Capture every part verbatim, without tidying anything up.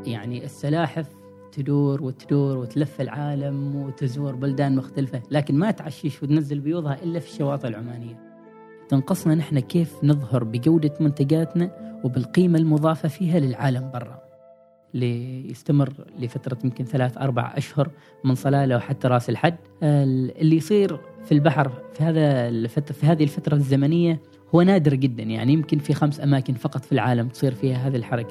يعني السلاحف تدور وتدور وتلف العالم وتزور بلدان مختلفة، لكن ما تعشش وتنزل بيوضها إلا في الشواطئ العمانية. تنقصنا نحن كيف نظهر بجودة منتجاتنا وبالقيمة المضافة فيها للعالم برا، ليستمر لفترة يمكن ثلاث أربع أشهر من صلالة وحتى رأس الحد. اللي يصير في البحر في هذا الفترة في هذه الفترة الزمنية هو نادر جدا، يعني يمكن في خمس أماكن فقط في العالم تصير فيها هذه الحركة.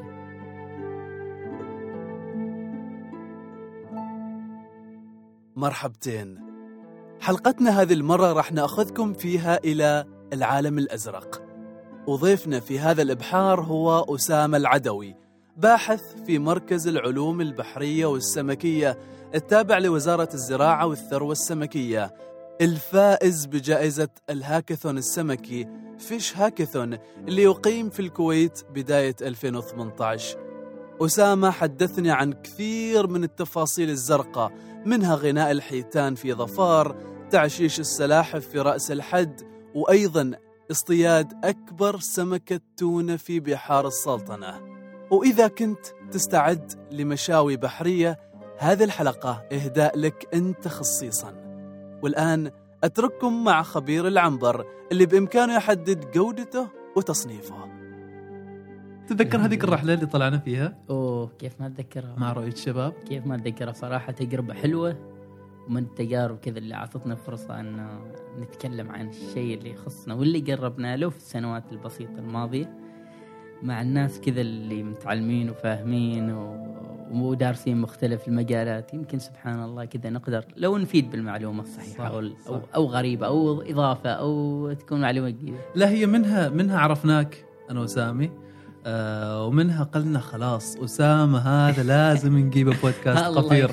مرحبتين. حلقتنا هذه المرة راح نأخذكم فيها إلى العالم الأزرق، وضيفنا في هذا الإبحار هو أسامة العدوي، باحث في مركز العلوم البحرية والسمكية التابع لوزارة الزراعة والثروة السمكية، الفائز بجائزة الهاكاثون السمكي فيش هاكاثون اللي يقيم في الكويت بداية ألفين وثمانية عشر. أسامة حدثني عن كثير من التفاصيل الزرقاء، منها غناء الحيتان في ظفار، تعشيش السلاحف في رأس الحد، وأيضا اصطياد أكبر سمكة تونة في بحار السلطنة. وإذا كنت تستعد لمشاوي بحرية، هذه الحلقة إهداء لك أنت خصيصا. والآن أترككم مع خبير العنبر اللي بإمكانه يحدد جودته وتصنيفه. تذكر هذيك الرحلة اللي طلعنا فيها؟ أوه كيف ما أتذكرها مع رؤية الشباب. كيف ما أتذكرها صراحة، تجربة حلوة ومن التجارب كذا اللي أعطتنا فرصة أن نتكلم عن الشيء اللي يخصنا واللي قربنا له في السنوات البسيطة الماضية مع الناس كذا اللي متعلمين وفاهمين ودارسين مختلف المجالات. يمكن سبحان الله كذا نقدر لو نفيد بالمعلومة الصحيحة أو, أو, أو غريبة أو إضافة أو تكون معلومة جديدة. لا هي منها منها عرفناك أنا وسامي، آه ومنها قلنا خلاص أسامة هذا لازم نجيبه بودكاست قطير.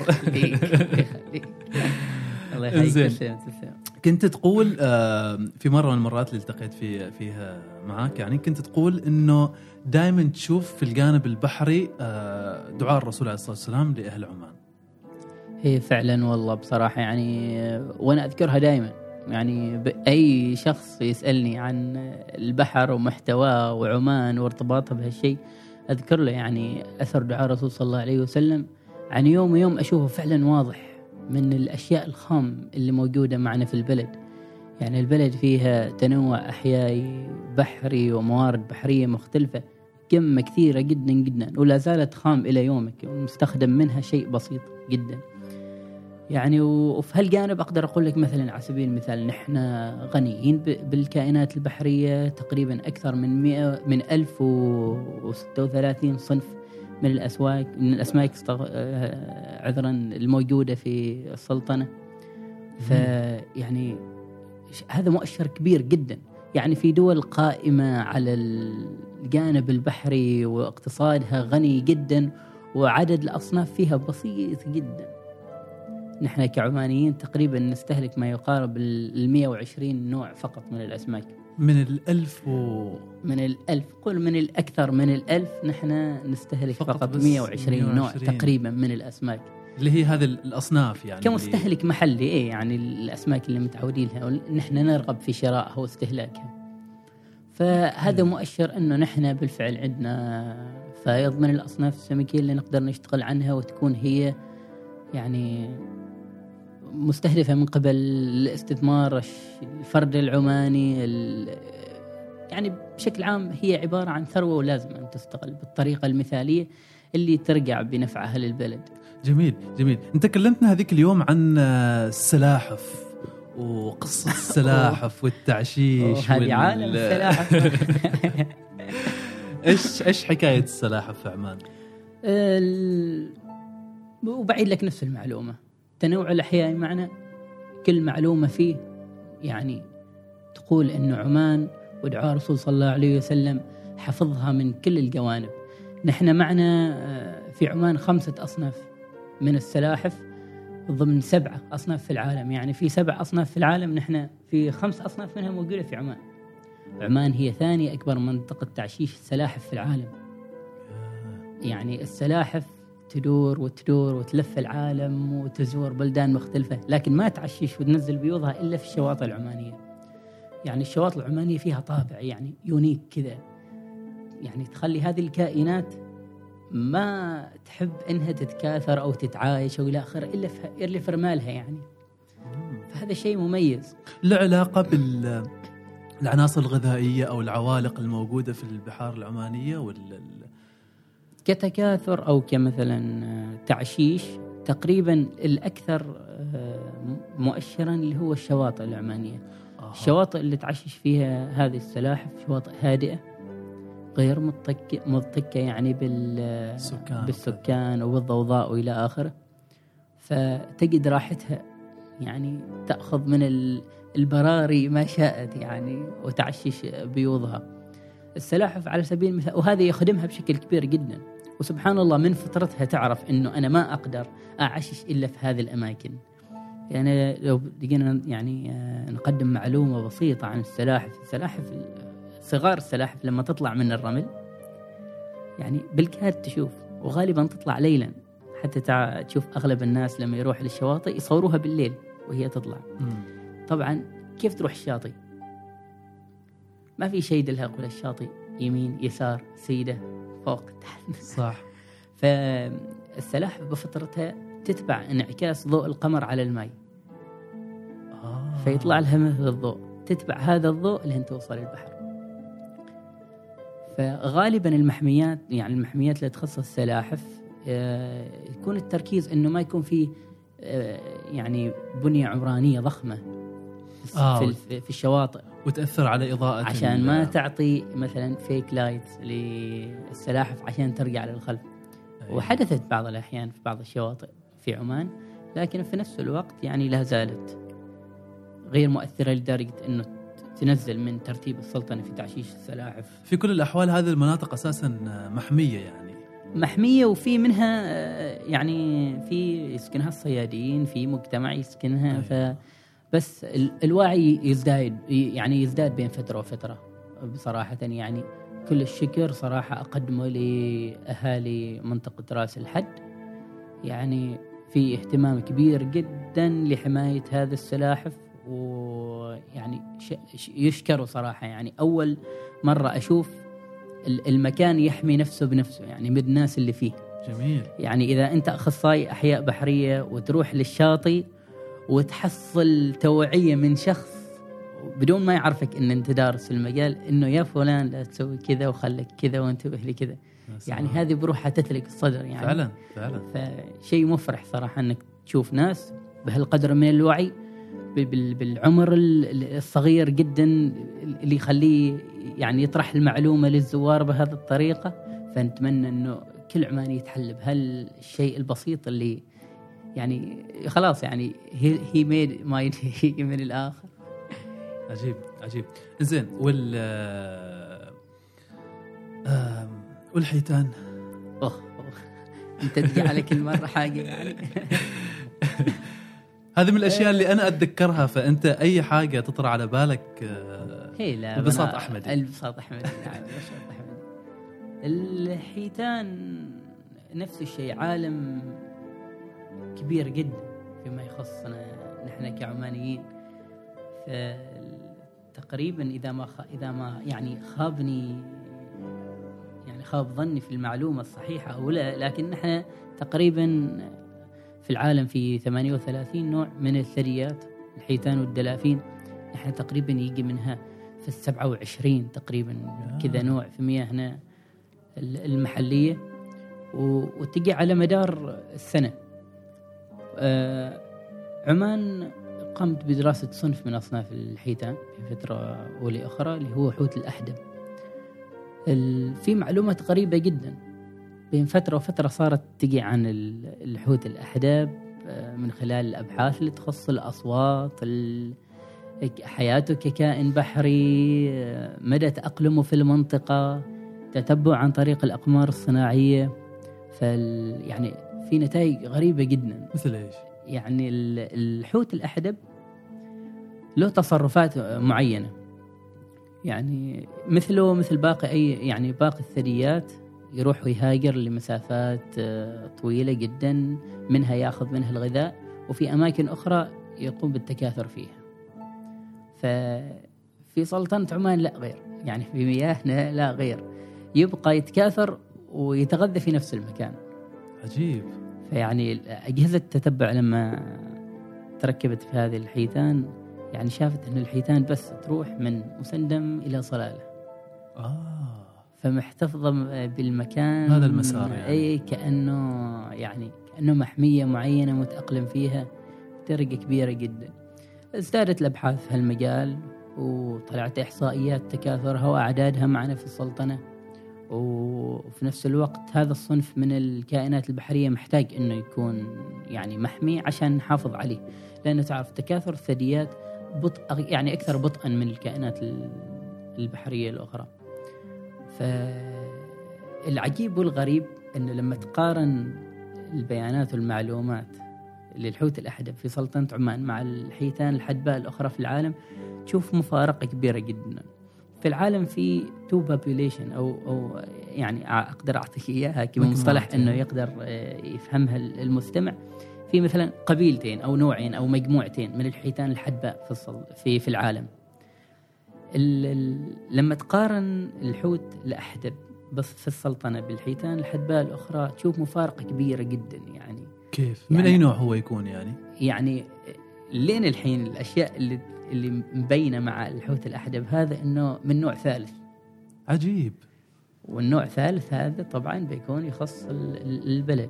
الله يحييك. كنت تقول آه في مرة من المرات اللي التقيت في فيها معاك، يعني كنت تقول إنه دائما تشوف في الجانب البحري آه دعاء الرسول عليه الصلاة والسلام لأهل عمان. هي فعلا والله بصراحة يعني وأنا أذكرها دائما، يعني أي شخص يسألني عن البحر ومحتواه وعمان وارتباطه بهالشيء أذكر له يعني أثر دعاء الرسول صلى الله عليه وسلم. عن يوم يوم أشوفه فعلا واضح من الأشياء الخام اللي موجودة معنا في البلد. يعني البلد فيها تنوع أحيائي بحري وموارد بحرية مختلفة كم كثيرة جدا جدا، ولا زالت خام إلى يومك ومستخدم منها شيء بسيط جدا. يعني وفي هالجانب أقدر أقول لك مثلا على سبيل المثال نحن غنيين بالكائنات البحرية، تقريبا أكثر من مئة من ألف وستة وثلاثين صنف من الأسواق من الأسماك استغ... عذرا الموجودة في السلطنة. فيعني هذا مؤشر كبير جدا. يعني في دول قائمة على الجانب البحري واقتصادها غني جدا وعدد الأصناف فيها بسيط جدا. نحن كعمانيين تقريبا نستهلك ما يقارب المئة وعشرين نوع فقط من الأسماك. من الألف و... من الألف قل من الأكثر من الألف نحن نستهلك فقط, فقط مئة وعشرين نوع تقريبا من الأسماك، اللي هي هذه الأصناف يعني كمستهلك اللي... محلي. إيه يعني الأسماك اللي متعودين لها نحن نرغب في شرائها واستهلاكها. فهذا مؤشر أنه نحن بالفعل عندنا فائض من الأصناف السمكية اللي نقدر نشتغل عنها وتكون هي يعني مستهدفة من قبل الاستثمار الفرد العماني. يعني بشكل عام هي عبارة عن ثروة ولازم أن تستغل بالطريقة المثالية اللي ترجع بنفعها للبلد. جميل جميل. انت كلمتنا هذيك اليوم عن السلاحف وقصة السلاحف والتعشيش هذه وال... عالم السلاحف. ايش ايش حكاية السلاحف في عمان؟ ال... وبعيد لك نفس المعلومة، تنوع الأحياء معنا كل معلومة فيه يعني تقول إنه عمان ودعاء الرسول صلى الله عليه وسلم حفظها من كل الجوانب. نحن معنا في عمان خمسة أصناف من السلاحف ضمن سبعة أصناف في العالم. يعني في سبع أصناف في العالم، نحن في خمس أصناف منها موجودة في عمان. عمان هي ثاني أكبر منطقة تعشيش السلاحف في العالم. يعني السلاحف تدور وتدور وتلف العالم وتزور بلدان مختلفة، لكن ما تعشش وتنزل بيوضها إلا في الشواطئ العمانية. يعني الشواطئ العمانية فيها طابع يعني يونيك كذا، يعني تخلي هذه الكائنات ما تحب انها تتكاثر او تتعايش او الى اخره الا في الا في رمالها يعني. فهذا شيء مميز. له علاقه بال العناصر الغذائيه او العوالق الموجوده في البحار العمانيه ولا كتكاثر او كمثلا تعشيش؟ تقريبا الاكثر مؤشرا اللي هو الشواطئ العمانيه. آه. الشواطئ اللي تعشش فيها هذه السلاحف شواطئ هادئه غير مضطكه مضطكه يعني بالسكان بالسكان وبالضوضاء والى اخره، فتجد راحتها يعني تاخذ من البراري ما شاءت يعني وتعشش بيوضها. السلاحف على سبيل المثال، وهذا يخدمها بشكل كبير جدا، وسبحان الله من فطرتها تعرف انه انا ما اقدر اعشش الا في هذه الاماكن. يعني لو لقينا يعني نقدم معلومه بسيطه عن السلاحف، السلاحف صغار السلاحف لما تطلع من الرمل يعني بالكاد تشوف، وغالبا تطلع ليلا، حتى تشوف اغلب الناس لما يروح للشواطئ يصوروها بالليل وهي تطلع. طبعا كيف تروح الشاطئ؟ ما في شيء يدلها يقول الشاطئ يمين يسار سيده فوق تحت. صح. فالسلاحف بفطرتها تتبع انعكاس ضوء القمر على الماء. آه. فيطلع لها مثل الضوء، تتبع هذا الضوء لين توصل البحر. فغالبا المحميات يعني المحميات اللي تخصص السلاحف يكون التركيز انه ما يكون فيه يعني بنية عمرانية ضخمة آه. في في الشواطئ وتأثر على إضاءة، عشان ما تعطي مثلا فيك لايت للسلاحف عشان ترجع للخلف. أيوة. وحدثت بعض الأحيان في بعض الشواطئ في عمان، لكن في نفس الوقت يعني لا زالت غير مؤثرة لدرجة أنه تنزل من ترتيب السلطنة في تعشيش السلاحف. في كل الأحوال هذه المناطق أساسا محمية، يعني محمية، وفي منها يعني في يسكنها الصيادين، في مجتمع يسكنها. أيوة. فبس الوعي يزداد يعني يزداد بين فترة وفترة بصراحة. يعني كل الشكر صراحة أقدمه لأهالي منطقة رأس الحد، يعني في اهتمام كبير جدا لحماية هذا السلاحف، ويعني يشكروا صراحة. يعني أول مرة أشوف المكان يحمي نفسه بنفسه يعني من الناس اللي فيه. جميل. يعني إذا أنت أخصائي أحياء بحرية وتروح للشاطئ وتحصل توعية من شخص بدون ما يعرفك إن أنت دارس المجال، إنه يا فلان لا تسوي كذا وخلك كذا وانتبه لكذا، يعني هذه بروحها تتلك الصدر يعني. فعلا فعلا. فشيء مفرح صراحة إنك تشوف ناس بهالقدر من الوعي بالعمر الصغير جدا اللي يخليه يعني يطرح المعلومة للزوار بهذه الطريقة. فنتمنى إنه كل عماني يتحل بهالشيء البسيط اللي يعني خلاص يعني he made my day من الآخر. عجيب عجيب. إنزين، وال آه والحيتان. أوه, أوه. أنت تجي على كل مرة حاجة يعني. هذه من الأشياء اللي أنا أتذكرها، فأنت أي حاجة تطرى على بالك هي لا البساط أحمدي. البساط أحمدي نعم. الحيتان نفس الشيء، عالم كبير جدا فيما يخصنا نحن كعمانيين. تقريبا إذا ما خ... إذا ما يعني خابني يعني خاب ظني في المعلومة الصحيحة أو لا، لكن نحن تقريبا في العالم في ثمانية وثلاثين نوع من الثدييات، الحيتان والدلافين. نحن تقريبا يجي منها في السبعة وعشرين تقريبا كذا نوع في مياهنا المحلية، وتجي على مدار السنة. آه عمان قامت بدراسة صنف من أصناف الحيتان في فترة أولى أخرى اللي هو حوت الأحدب. في معلومات غريبة جدا بين فترة وفترة صارت تجي عن الحوت الأحدب من خلال الأبحاث اللي تخص الأصوات، حياته ككائن بحري، مدى تأقلمه في المنطقة، تتبع عن طريق الأقمار الصناعية. فال يعني في نتائج غريبة جدا. مثل إيش؟ يعني الحوت الأحدب له تصرفات معينة، يعني مثله مثل باقي أي يعني باقي الثدييات، يروح ويهاجر لمسافات طويلة جدا، منها يأخذ منها الغذاء، وفي أماكن أخرى يقوم بالتكاثر فيها. ففي سلطنة عمان لا غير، يعني في مياهنا لا غير، يبقى يتكاثر ويتغذى في نفس المكان. عجيب. فيعني أجهزة التتبع لما تركبت في هذه الحيتان يعني شافت أن الحيتان بس تروح من مسندم إلى صلالة. آه. فمحتفظة بالمكان هذا المسار يعني. أي كأنه يعني كأنه محمية معينة متأقلم فيها بدرجة كبيرة جدا. ازدادت الأبحاث في هالمجال وطلعت إحصائيات تكاثرها وأعدادها معنا في السلطنة. وفي نفس الوقت هذا الصنف من الكائنات البحرية محتاج أنه يكون يعني محمي عشان نحافظ عليه، لأنه تعرف تكاثر الثدييات بطء يعني أكثر بطئا من الكائنات البحرية الأخرى. فالعجيب والغريب أنه لما تقارن البيانات والمعلومات للحوت الأحدب في سلطنة عمان مع الحيتان الحدباء الأخرى في العالم تشوف مفارقة كبيرة جدا. في العالم في تو population أو أو يعني أقدر أعطيك إياها كمصطلح إنه يقدر يفهمها المستمع. في مثلا قبيلتين أو نوعين أو مجموعتين من الحيتان الحدباء في في في العالم. لما تقارن الحوت الأحدب بس في السلطنة بالحيتان الحدباء الأخرى تشوف مفارقة كبيرة جدا. يعني كيف؟ يعني من أي نوع هو يكون يعني؟ يعني لين الحين الأشياء اللي اللي مبينة مع الحوت الأحدب هذا إنه من نوع ثالث. عجيب. والنوع الثالث هذا طبعا بيكون يخص البلد.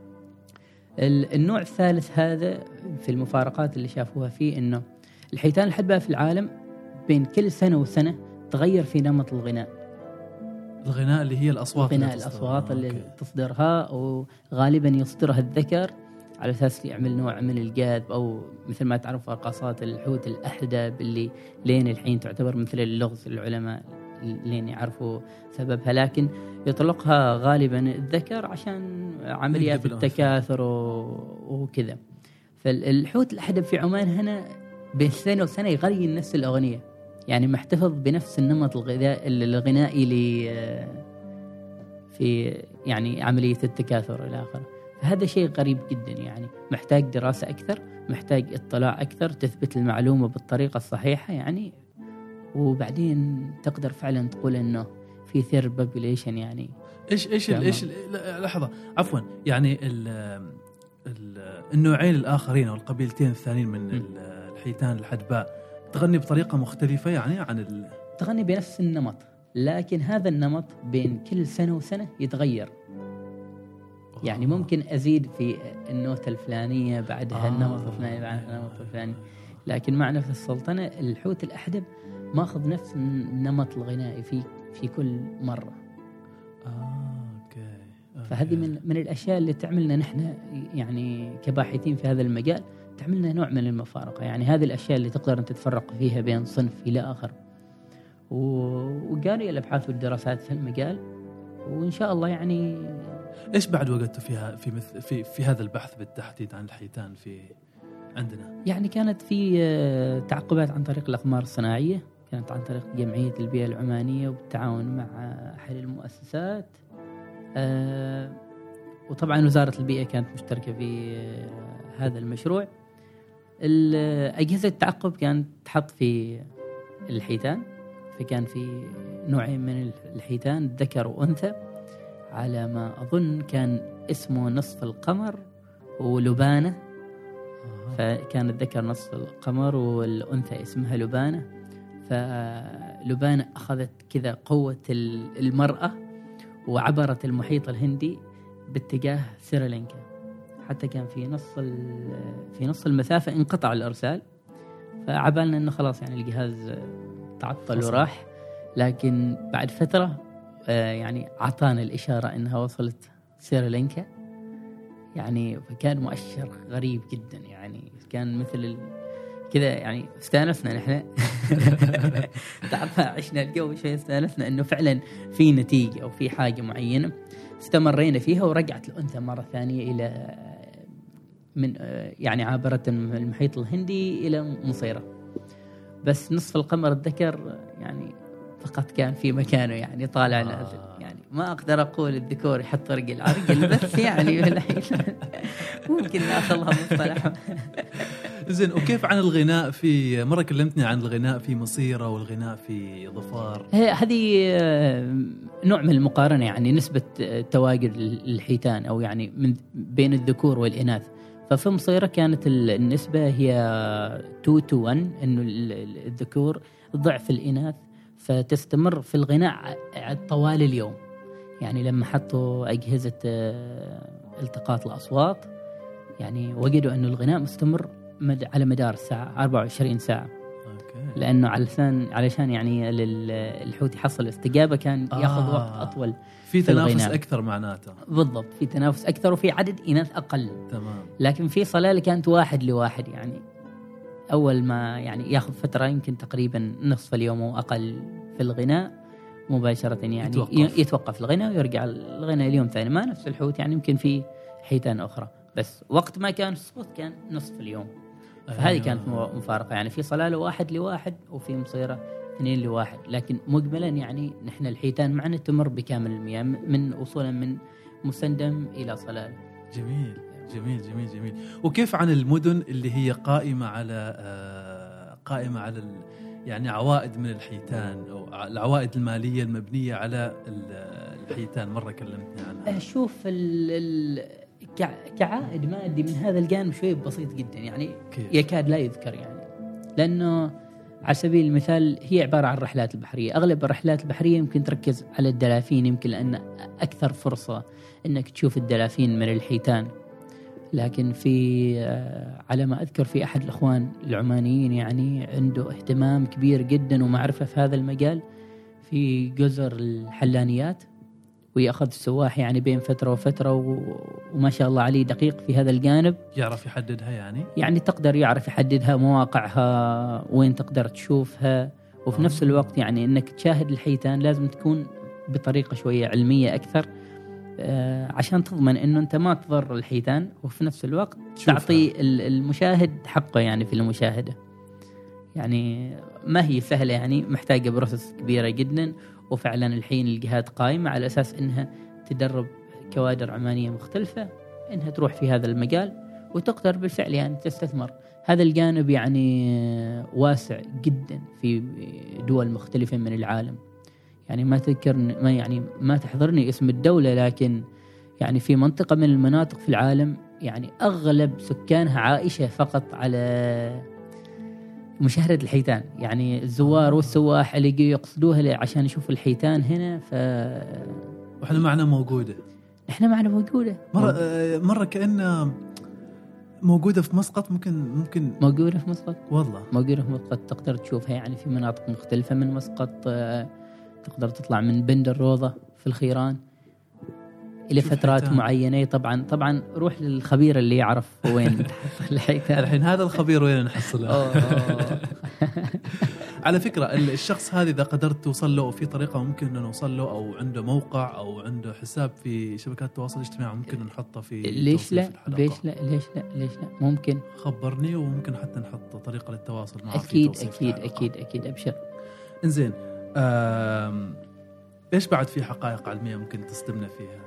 النوع الثالث هذا في المفارقات اللي شافوها فيه إنه الحيتان الحدباء في العالم بين كل سنة وسنة تغير في نمط الغناء. الغناء اللي هي الأصوات غناء الأصوات اللي أوكي. تصدرها وغالبا يصدرها الذكر على أساس يعمل نوع من الجاذب أو مثل ما تعرف رقصات الحوت الأحدب اللي لين الحين تعتبر مثل اللغز العلماء لين يعرفوا سببها، لكن يطلقها غالبا الذكر عشان عمليات التكاثر وكذا. فالحوت الأحدب في عمان هنا بين سنة وسنة يغير نفس الأغنية، يعني محتفظ بنفس النمط الغذاء الغنائي ل في يعني عملية التكاثر إلى آخره. هذا شيء غريب جدا، يعني محتاج دراسة أكثر، محتاج اطلاع أكثر تثبت المعلومة بالطريقة الصحيحة يعني، وبعدين تقدر فعلا تقول إنه في ثير بوبوليشن. يعني إيش إيش إيش لحظة عفوا يعني ال ال النوعين الآخرين أو القبيلتين الثانيين من م. الحيتان الحدباء تغني بطريقة مختلفة يعني عن ال... تغني بنفس النمط، لكن هذا النمط بين كل سنة وسنة يتغير. يعني ممكن أزيد في النوتة الفلانية بعدها آه. النمط الفلاني بعدها النمط الفلاني، لكن معنا في السلطنة الحوت الأحدب ماخذ نفس النمط الغنائي في في كل مرة. آه، أوكي. أوكي. فهذه من من الأشياء اللي تعملنا نحن يعني كباحثين في هذا المجال، تعملنا نوع من المفارقة. يعني هذه الأشياء اللي تقدر أن تتفرق فيها بين صنف إلى آخر، وقاري الأبحاث والدراسات في المجال، وإن شاء الله يعني. إيش بعد وجدتوا فيها في مثل في في هذا البحث بالتحديد عن الحيتان في عندنا؟ يعني كانت في تعقبات عن طريق الأقمار الصناعية، كانت عن طريق جمعية البيئة العمانية وبالتعاون مع أحد المؤسسات، آه وطبعا وزارة البيئة كانت مشتركة في هذا المشروع. أجهزة التعقب كانت تحط في الحيتان، فكان في نوعين من الحيتان ذكر وأنثى، على ما أظن كان اسمه نصف القمر ولبانة. فكان الذكر نصف القمر والأنثى اسمها لبانة. فلبانة أخذت كذا قوة المرأة وعبرت المحيط الهندي باتجاه سريلانكا، حتى كان في نص في نص المسافة انقطع الإرسال، فعبالنا إنه خلاص يعني الجهاز تعطل وراح. لكن بعد فترة يعني عطانا الإشارة إنها وصلت سريلانكا، يعني فكان مؤشر غريب جدا. يعني كان مثل كذا، يعني استانسنا نحن تعرف عشنا الجو شوي، استانسنا إنه فعلا في نتيجة أو في حاجة معينة. استمرينا فيها ورجعت الأنثى مرة ثانية إلى من يعني عابرت المحيط الهندي إلى مصيرة. بس نصف القمر الذكر يعني فقط كان في مكانه يعني طالع نازل. آه. يعني ما أقدر أقول الذكور يحط رجل عرجل بس يعني ممكن نأخذها مصطلح. زين، وكيف عن الغناء؟ في مرة كلمتني عن الغناء في مصيرة والغناء في ظفار. هذه نوع من المقارنة، يعني نسبة تواجد الحيتان أو يعني من بين الذكور والإناث. ففي مصيرة كانت النسبة هي اثنين to واحد، إنه الذكور ضعف الإناث، فتستمر في الغناء طوال اليوم. يعني لما حطوا أجهزة التقاط الأصوات يعني وجدوا أنه الغناء مستمر على مدار الساعة أربعة وعشرين ساعة. أوكي. لأنه علشان علشان يعني الحوت يحصل استجابة كان ياخذ آه. وقت أطول، في تنافس الغناء. أكثر معناته. بالضبط، في تنافس أكثر وفي عدد إناث أقل. تمام. لكن في صلالة كانت واحد لواحد، يعني أول ما يعني ياخذ فترة يمكن تقريبا نصف اليوم أو أقل في الغناء مباشرة، يعني يتوقف, يتوقف الغناء ويرجع الغناء اليوم ثاني. ما نفس الحوت، يعني يمكن في حيتان أخرى بس وقت ما كان الصوت كان نصف اليوم. فهذه أيوة. كانت مفارقة، يعني في صلالة واحد لواحد وفي مصيرة اثنين لواحد. لكن مجملا يعني نحن الحيتان معنا تمر بكامل المياه من وصولا من مسندم إلى صلالة. جميل جميل جميل جميل. وكيف عن المدن اللي هي قائمة على آه قائمة على ال يعني عوائد من الحيتان أو العوائد المالية المبنية على الحيتان؟ مرة كلمتني عنها. أشوف ال كعائد مادي من هذا الجانب شوي بسيط جدا، يعني كيف؟ يكاد لا يذكر، يعني لأنه على سبيل المثال هي عبارة عن الرحلات البحرية. أغلب الرحلات البحرية يمكن تركز على الدلافين، يمكن لأن أكثر فرصة أنك تشوف الدلافين من الحيتان. لكن في على ما أذكر في أحد الأخوان العمانيين يعني عنده اهتمام كبير جدا ومعرفة في هذا المجال في جزر الحلانيات، ويأخذ السواح يعني بين فترة وفترة، وما شاء الله عليه دقيق في هذا الجانب. يعرف يحددها، يعني يعني تقدر يعرف يحددها، مواقعها وين تقدر تشوفها. وفي آه. نفس الوقت يعني أنك تشاهد الحيتان لازم تكون بطريقة شوية علمية أكثر، آه عشان تضمن أنه أنت ما تضر الحيتان، وفي نفس الوقت شوفها. تعطي المشاهد حقه يعني في المشاهدة. يعني ما هي سهلة، يعني محتاجة بروسس كبيرة جدا. وفعلا الحين الجهات قائمة على أساس أنها تدرب كوادر عمانية مختلفة أنها تروح في هذا المجال، وتقدر بالفعل يعني تستثمر. هذا الجانب يعني واسع جدا في دول مختلفة من العالم. يعني ما تذكرني ما يعني ما تحضرني اسم الدولة، لكن يعني في منطقة من المناطق في العالم يعني أغلب سكانها عائشة فقط على مشاهدة الحيتان. يعني الزوار والسواح اللي يقصدوها عشان يشوفوا الحيتان هنا. ف وإحنا معنا موجودة إحنا معنا موجودة مرة مرة كأنها موجودة في مسقط. ممكن ممكن موجودة في مسقط، والله موجودة في مسقط. تقدر تشوفها يعني في مناطق مختلفة من مسقط. تقدر تطلع من بند الروضة في الخيران إلى فترات حيتان. معينة. طبعا طبعا روح للخبير اللي يعرف وين تحصل الحيتان. الحين هذا الخبير وين نحصله؟ على فكرة الشخص هذا إذا قدرت توصل له في طريقة ممكن أن نوصل له، أو عنده موقع أو عنده حساب في شبكات التواصل الاجتماعي ممكن نحطه في ليش لا في ليش لا ليش لا ليش لا ممكن خبرني، وممكن حتى نحط طريقة للتواصل معه. أكيد أكيد أكيد أكيد أبشر. إنزين، إيش بعد في حقائق علمية ممكن تصدمنا فيها؟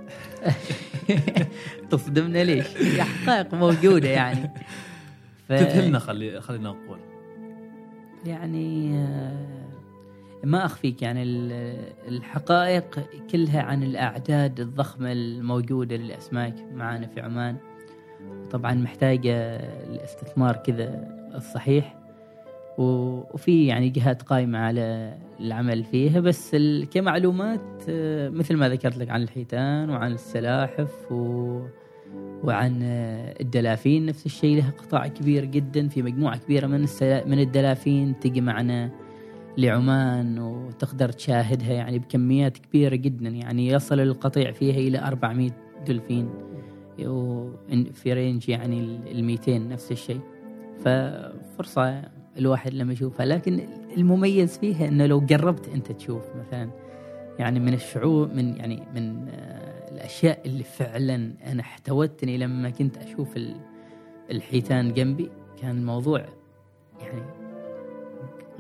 تصدمنا ليش؟ هي حقائق موجودة يعني. ف... تذهلنا. خلي خلينا نقول يعني ما أخفيك يعني الحقائق كلها عن الأعداد الضخمة الموجودة للأسماك معانا في عمان. طبعا محتاجة الاستثمار كذا الصحيح، وفي يعني جهات قائمة على العمل فيها. بس كمعلومات مثل ما ذكرت لك عن الحيتان وعن السلاحف و... وعن الدلافين نفس الشيء، لها قطاع كبير جدا في مجموعة كبيرة من السلا... من الدلافين تجي معنا لعمان وتقدر تشاهدها يعني بكميات كبيرة جدا. يعني يصل القطيع فيها إلى أربعمائة دولفين، وفي رينج يعني الميتين نفس الشيء. ففرصة الواحد لما يشوفها. لكن المميز فيها إنه لو جربت أنت تشوف مثلا يعني من الشعور من يعني من الأشياء اللي فعلا أنا احتوتني لما كنت أشوف الحيتان جنبي، كان الموضوع يعني غير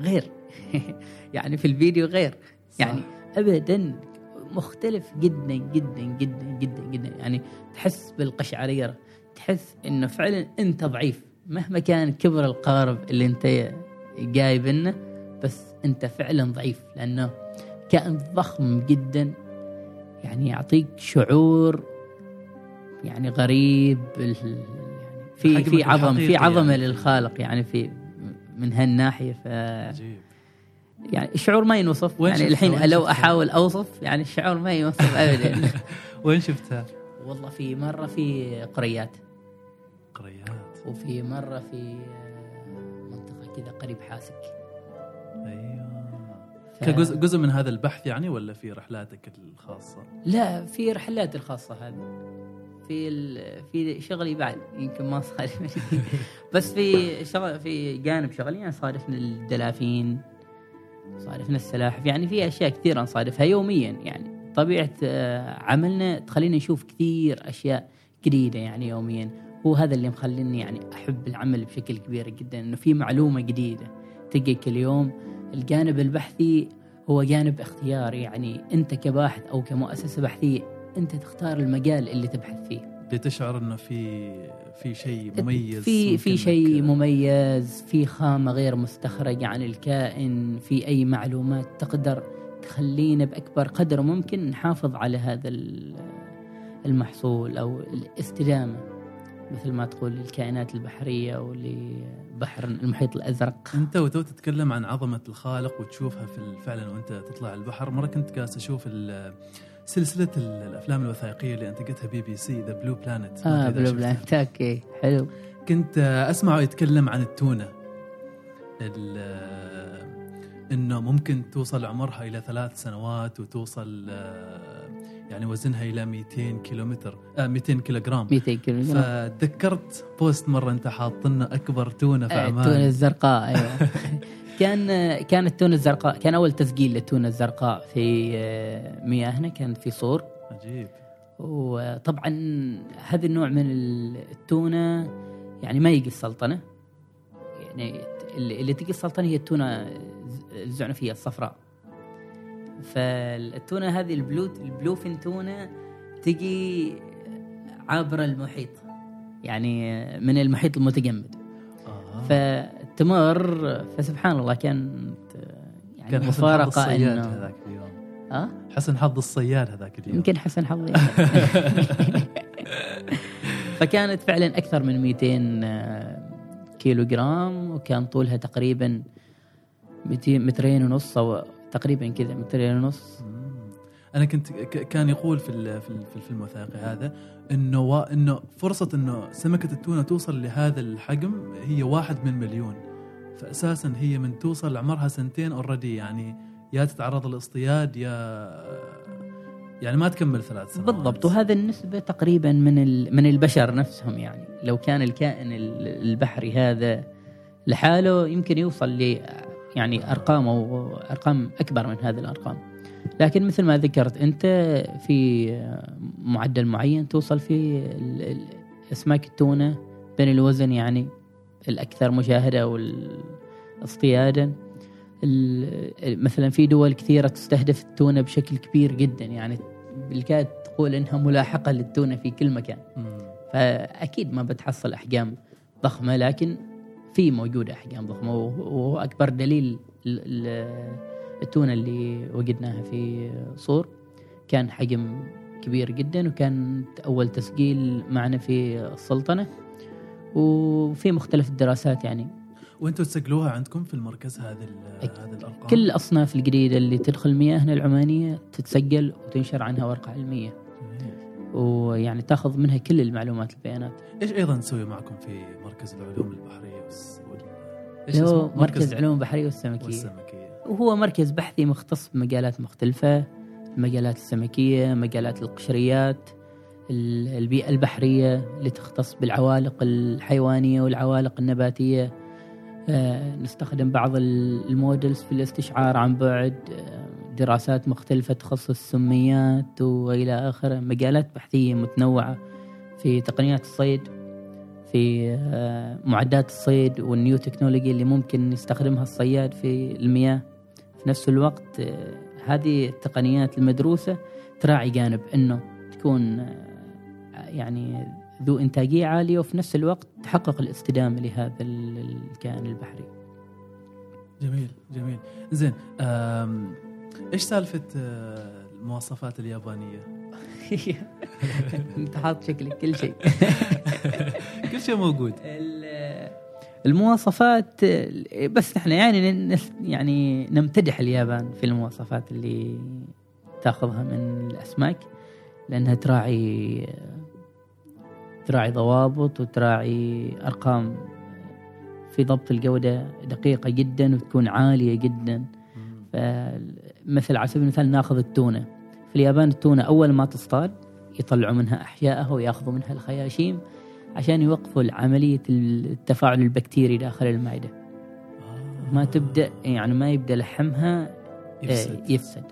يعني في الفيديو غير يعني أبدا مختلف جدا جدا جدا جدا جدا. يعني تحس بالقشعريرة، تحس إنه فعلا أنت ضعيف مهما كان كبر القارب اللي أنت جايبنه، بس أنت فعلا ضعيف لأنه كائن ضخم جدا. يعني يعطيك شعور يعني غريب، يعني في في عظم في عظمة يعني للخالق يعني في من هالناحية. ف يعني الشعور ما ينوصف. يعني الحين لو أحاول أوصف يعني الشعور ما ينوصف أبدا. وين شفتها؟ والله في مرة في قريات قريات وفي مرة في منطقة كذا قريب حاسك. أيوة. ف... كجزء جزء من هذا البحث يعني، ولا في رحلاتك الخاصة؟ لا، في رحلات الخاصة هذه، في في شغلي بعد يمكن ما صادفني بس في شغل في جانب شغلي يعني صادفنا الدلافين، صادفنا السلاحف، يعني في أشياء كثيرة نصادفها يوميا. يعني طبيعة عملنا تخلينا نشوف كثير أشياء جديدة يعني يوميا. هو هذا اللي مخليني يعني أحب العمل بشكل كبير جدا، إنه في معلومة جديدة تجي كل يوم. الجانب البحثي هو جانب اختياري، يعني أنت كباحث أو كمؤسسة بحثية أنت تختار المجال اللي تبحث فيه. بتشعر إنه في في شيء مميز، في في شيء مميز، في خامة غير مستخرجة عن الكائن، في أي معلومات تقدر تخلينا بأكبر قدر ممكن نحافظ على هذا المحصول أو الاستدامة مثل ما تقول الكائنات البحرية ولبحر المحيط الأزرق. أنت وتو تتكلم عن عظمة الخالق وتشوفها في فعلا وأنت تطلع البحر. مرة كنت قاعد أشوف سلسلة الأفلام الوثائقية اللي أنتجتها بي بي سي ذا بلو بلانت. آه بلو بلانت، أوكي حلو. كنت أسمعه يتكلم عن التونة، إنه ممكن توصل عمرها إلى ثلاث سنوات وتوصل يعني وزنها إلى مئتين كيلومتر آه مئتين كيلوغرام. مئتين كيلوغرام. فتذكرت بوست مرة أنت حاطلنا أكبر تونة في عمان. التونة الزرقاء أيوة. كان كانت التونة الزرقاء كان أول تسجيل للتونة الزرقاء في مياهنا، كان في صور. عجيب. وطبعا هذا النوع من التونة يعني ما يجي السلطنة، يعني اللي تجي السلطنة هي التونة الزعنفية الصفراء. فالتونة هذه البلو البلوفين تونة تجي عبر المحيط، يعني من المحيط المتجمد. آه. فتمر، فسبحان الله كانت يعني كان مفارقة إنه هذاك اليوم. أه؟ حسن حظ الصياد هذاك اليوم. يمكن حسن حظ. فكانت فعلا أكثر من مئتين كيلو جرام، وكان طولها تقريبا مترين ونص أو تقريبا كذا مترين ونص. أنا كنت كان يقول في في الفيلم الوثائقي هذا إنه إنه فرصة إنه سمكة التونة توصل لهذا الحجم هي واحد من مليون. فأساسا هي من توصل عمرها سنتين أوريدي، يعني يا تتعرض للاصطياد يا يعني ما تكمل ثلاث سنوات بالضبط. وهذا النسبة تقريبا من من البشر نفسهم. يعني لو كان الكائن البحري هذا لحاله يمكن يوصل ل يعني أرقام أو أرقام أكبر من هذه الأرقام، لكن مثل ما ذكرت أنت في معدل معين توصل في أسماك التونة بين الوزن يعني الأكثر مشاهدة والاصطيادا. مثلا في دول كثيرة تستهدف التونة بشكل كبير جدا، يعني بالكاد تقول إنها ملاحقة للتونة في كل مكان. فأكيد ما بتحصل أحجام ضخمة، لكن في موجودة أحجام ضخمة. وهو أكبر دليل التونة اللي وجدناها في صور كان حجم كبير جدا، وكان أول تسجيل معنا في السلطنة وفي مختلف الدراسات يعني. وانتوا تسجلوها عندكم في المركز هذه هذه الأرقام؟ كل الأصناف الجديدة اللي تدخل مياهنا العمانية تتسجل وتنشر عنها ورقة علمية، ويعني تأخذ منها كل المعلومات البيانات. إيش أيضا نسوي معكم في مركز العلوم البحرية والس... إيش اسمه؟ مركز, مركز العلوم البحرية والسمكية. والسمكية. وهو مركز بحثي مختص بمجالات مختلفة، المجالات السمكية، مجالات القشريات، البيئة البحرية اللي تختص بالعوالق الحيوانية والعوالق النباتية. آه نستخدم بعض المودلز في الاستشعار عن بعد، آه دراسات مختلفة تخصص السميات وإلى آخره. مجالات بحثية متنوعة في تقنيات الصيد، في معدات الصيد والنيو تكنولوجي اللي ممكن يستخدمها الصياد في المياه. في نفس الوقت هذه التقنيات المدروسة تراعي جانب أنه تكون يعني ذو إنتاجية عالية، وفي نفس الوقت تحقق الاستدامة لهذا الكائن البحري. جميل جميل. زين، إيش سالفة المواصفات اليابانية؟ أنت حاط شكلك كل شيء. كل شيء موجود. المواصفات بس احنا يعني يعني نمتدح اليابان في المواصفات اللي تاخذها من الأسماك، لأنها تراعي تراعي ضوابط وتراعي أرقام في ضبط الجودة دقيقة جدا وتكون عالية جدا. مثل على سبيل المثال ناخذ التونة في اليابان، التونة أول ما تصطاد يطلعوا منها أحياءها ويأخذوا منها الخياشيم عشان يوقفوا عملية التفاعل البكتيري داخل المعدة، ما تبدأ يعني ما يبدأ لحمها يفسد, يفسد.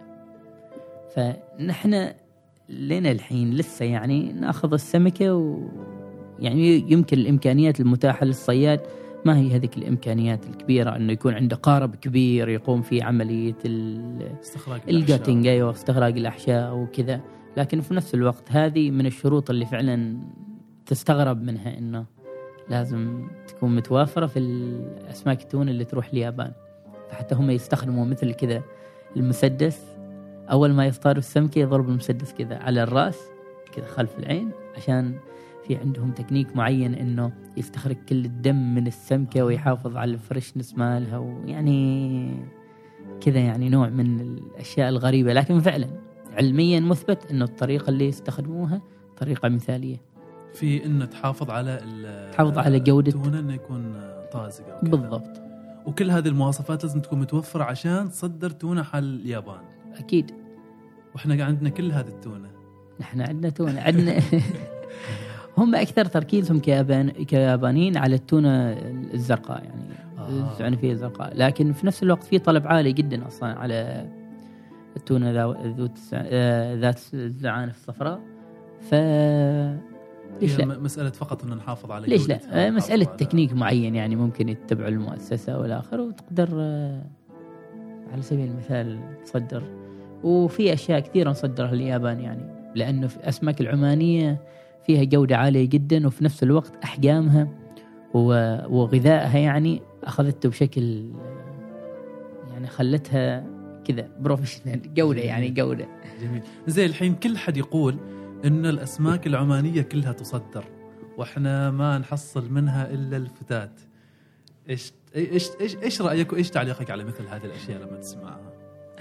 فنحن لنا الحين لسه يعني نأخذ السمكة، ويعني يمكن الإمكانيات المتاحة للصياد ما هي هذيك الإمكانيات الكبيرة أنه يكون عنده قارب كبير يقوم فيه عملية الجاتنج واستخراج الأحشاء وكذا. لكن في نفس الوقت هذه من الشروط اللي فعلا تستغرب منها، إنه لازم تكون متوافرة في الأسماك التونة اللي تروح اليابان. فحتى هم يستخدموا مثل كذا المسدس، أول ما يصطادوا السمكة يضرب المسدس كذا على الرأس كذا خلف العين، عشان في عندهم تكنيك معين إنه يستخرج كل الدم من السمكة ويحافظ على الفريشنس مالها، ويعني كذا يعني نوع من الأشياء الغريبة. لكن فعلا علميا مثبت إنه الطريقة اللي يستخدموها طريقة مثالية في إنه تحافظ على تحافظ على جودة التونة، إنه يكون طازج بالضبط. وكل هذه المواصفات لازم تكون متوفرة عشان تصدر تونة حل اليابان. أكيد. وإحنا عندنا كل هذه التونة. نحن عندنا تونة عندنا هم أكثر تركيزهم كيابان كيابانيين على التونة الزرقاء، يعني آه. الزعنفية الزرقاء. لكن في نفس الوقت في طلب عالي جدا أصلا على التونة ذات الزعانف الصفراء. ف ليش لا؟ مسألة فقط إن نحافظ على ليش لا؟ مسألة تكنيك معين يعني ممكن يتبع المؤسسة والآخر، وتقدر على سبيل المثال تصدر. وفي أشياء كثيرة نصدرها اليابان، يعني لأنه في الأسماك العمانية فيها جودة عالية جدا، وفي نفس الوقت أحجامها وغذائها يعني أخذته بشكل يعني خلتها كذا بروفيشنال جودة، يعني جودة. جميل. زي الحين كل حد يقول إن الأسماك العمانية كلها تصدر وإحنا ما نحصل منها إلا الفتات. إيش إيش إيش إيش رأيك وإيش تعليقك على مثل هذه الأشياء لما تسمعها؟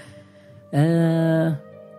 آه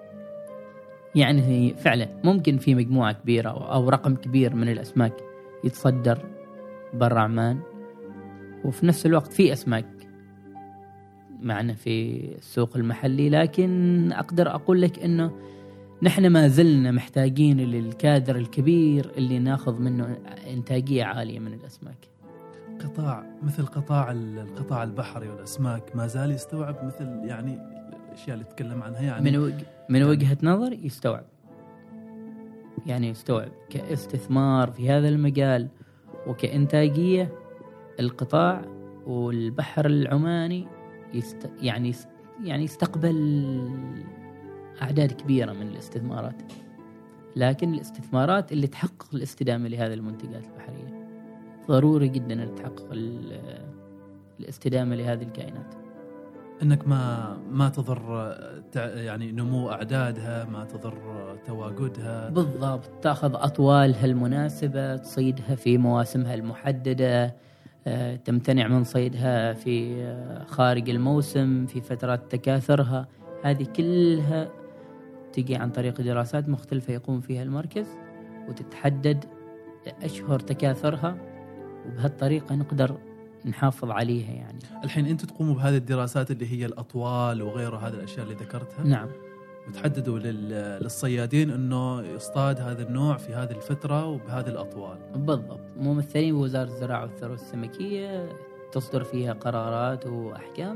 يعني فعلا ممكن في مجموعة كبيرة أو رقم كبير من الأسماك يتصدر برا عمان، وفي نفس الوقت في أسماك معنا في السوق المحلي. لكن أقدر أقول لك إنه نحن ما زلنا محتاجين للكادر الكبير اللي ناخذ منه إنتاجية عالية من الأسماك. قطاع مثل قطاع القطاع البحري والأسماك ما زال يستوعب مثل يعني الأشياء اللي تكلم عنها، يعني من وج... من وجهة نظر يستوعب، يعني يستوعب كاستثمار في هذا المجال وكإنتاجية. القطاع والبحر العماني يست... يعني يست... يعني يستقبل أعداد كبيرة من الاستثمارات، لكن الاستثمارات اللي تحقق الاستدامة لهذه المنتجات البحرية ضروري جدا أن تحقق الاستدامة لهذه الكائنات. انك ما ما تضر يعني نمو اعدادها، ما تضر تواجدها. بالضبط، تاخذ اطوالها المناسبه، تصيدها في مواسمها المحدده، تمتنع من صيدها في خارج الموسم في فترات تكاثرها. هذه كلها تجي عن طريق دراسات مختلفه يقوم فيها المركز، وتتحدد اشهر تكاثرها، وبهالطريقه نقدر نحافظ عليها. يعني الحين أنتم تقوموا بهذه الدراسات اللي هي الأطوال وغيرها، هذه الأشياء اللي ذكرتها. نعم. وتحددوا للصيادين أنه يصطاد هذا النوع في هذه الفترة وبهذه الأطوال. بالضبط. ممثلين بوزارة الزراعة والثروة السمكية تصدر فيها قرارات وأحكام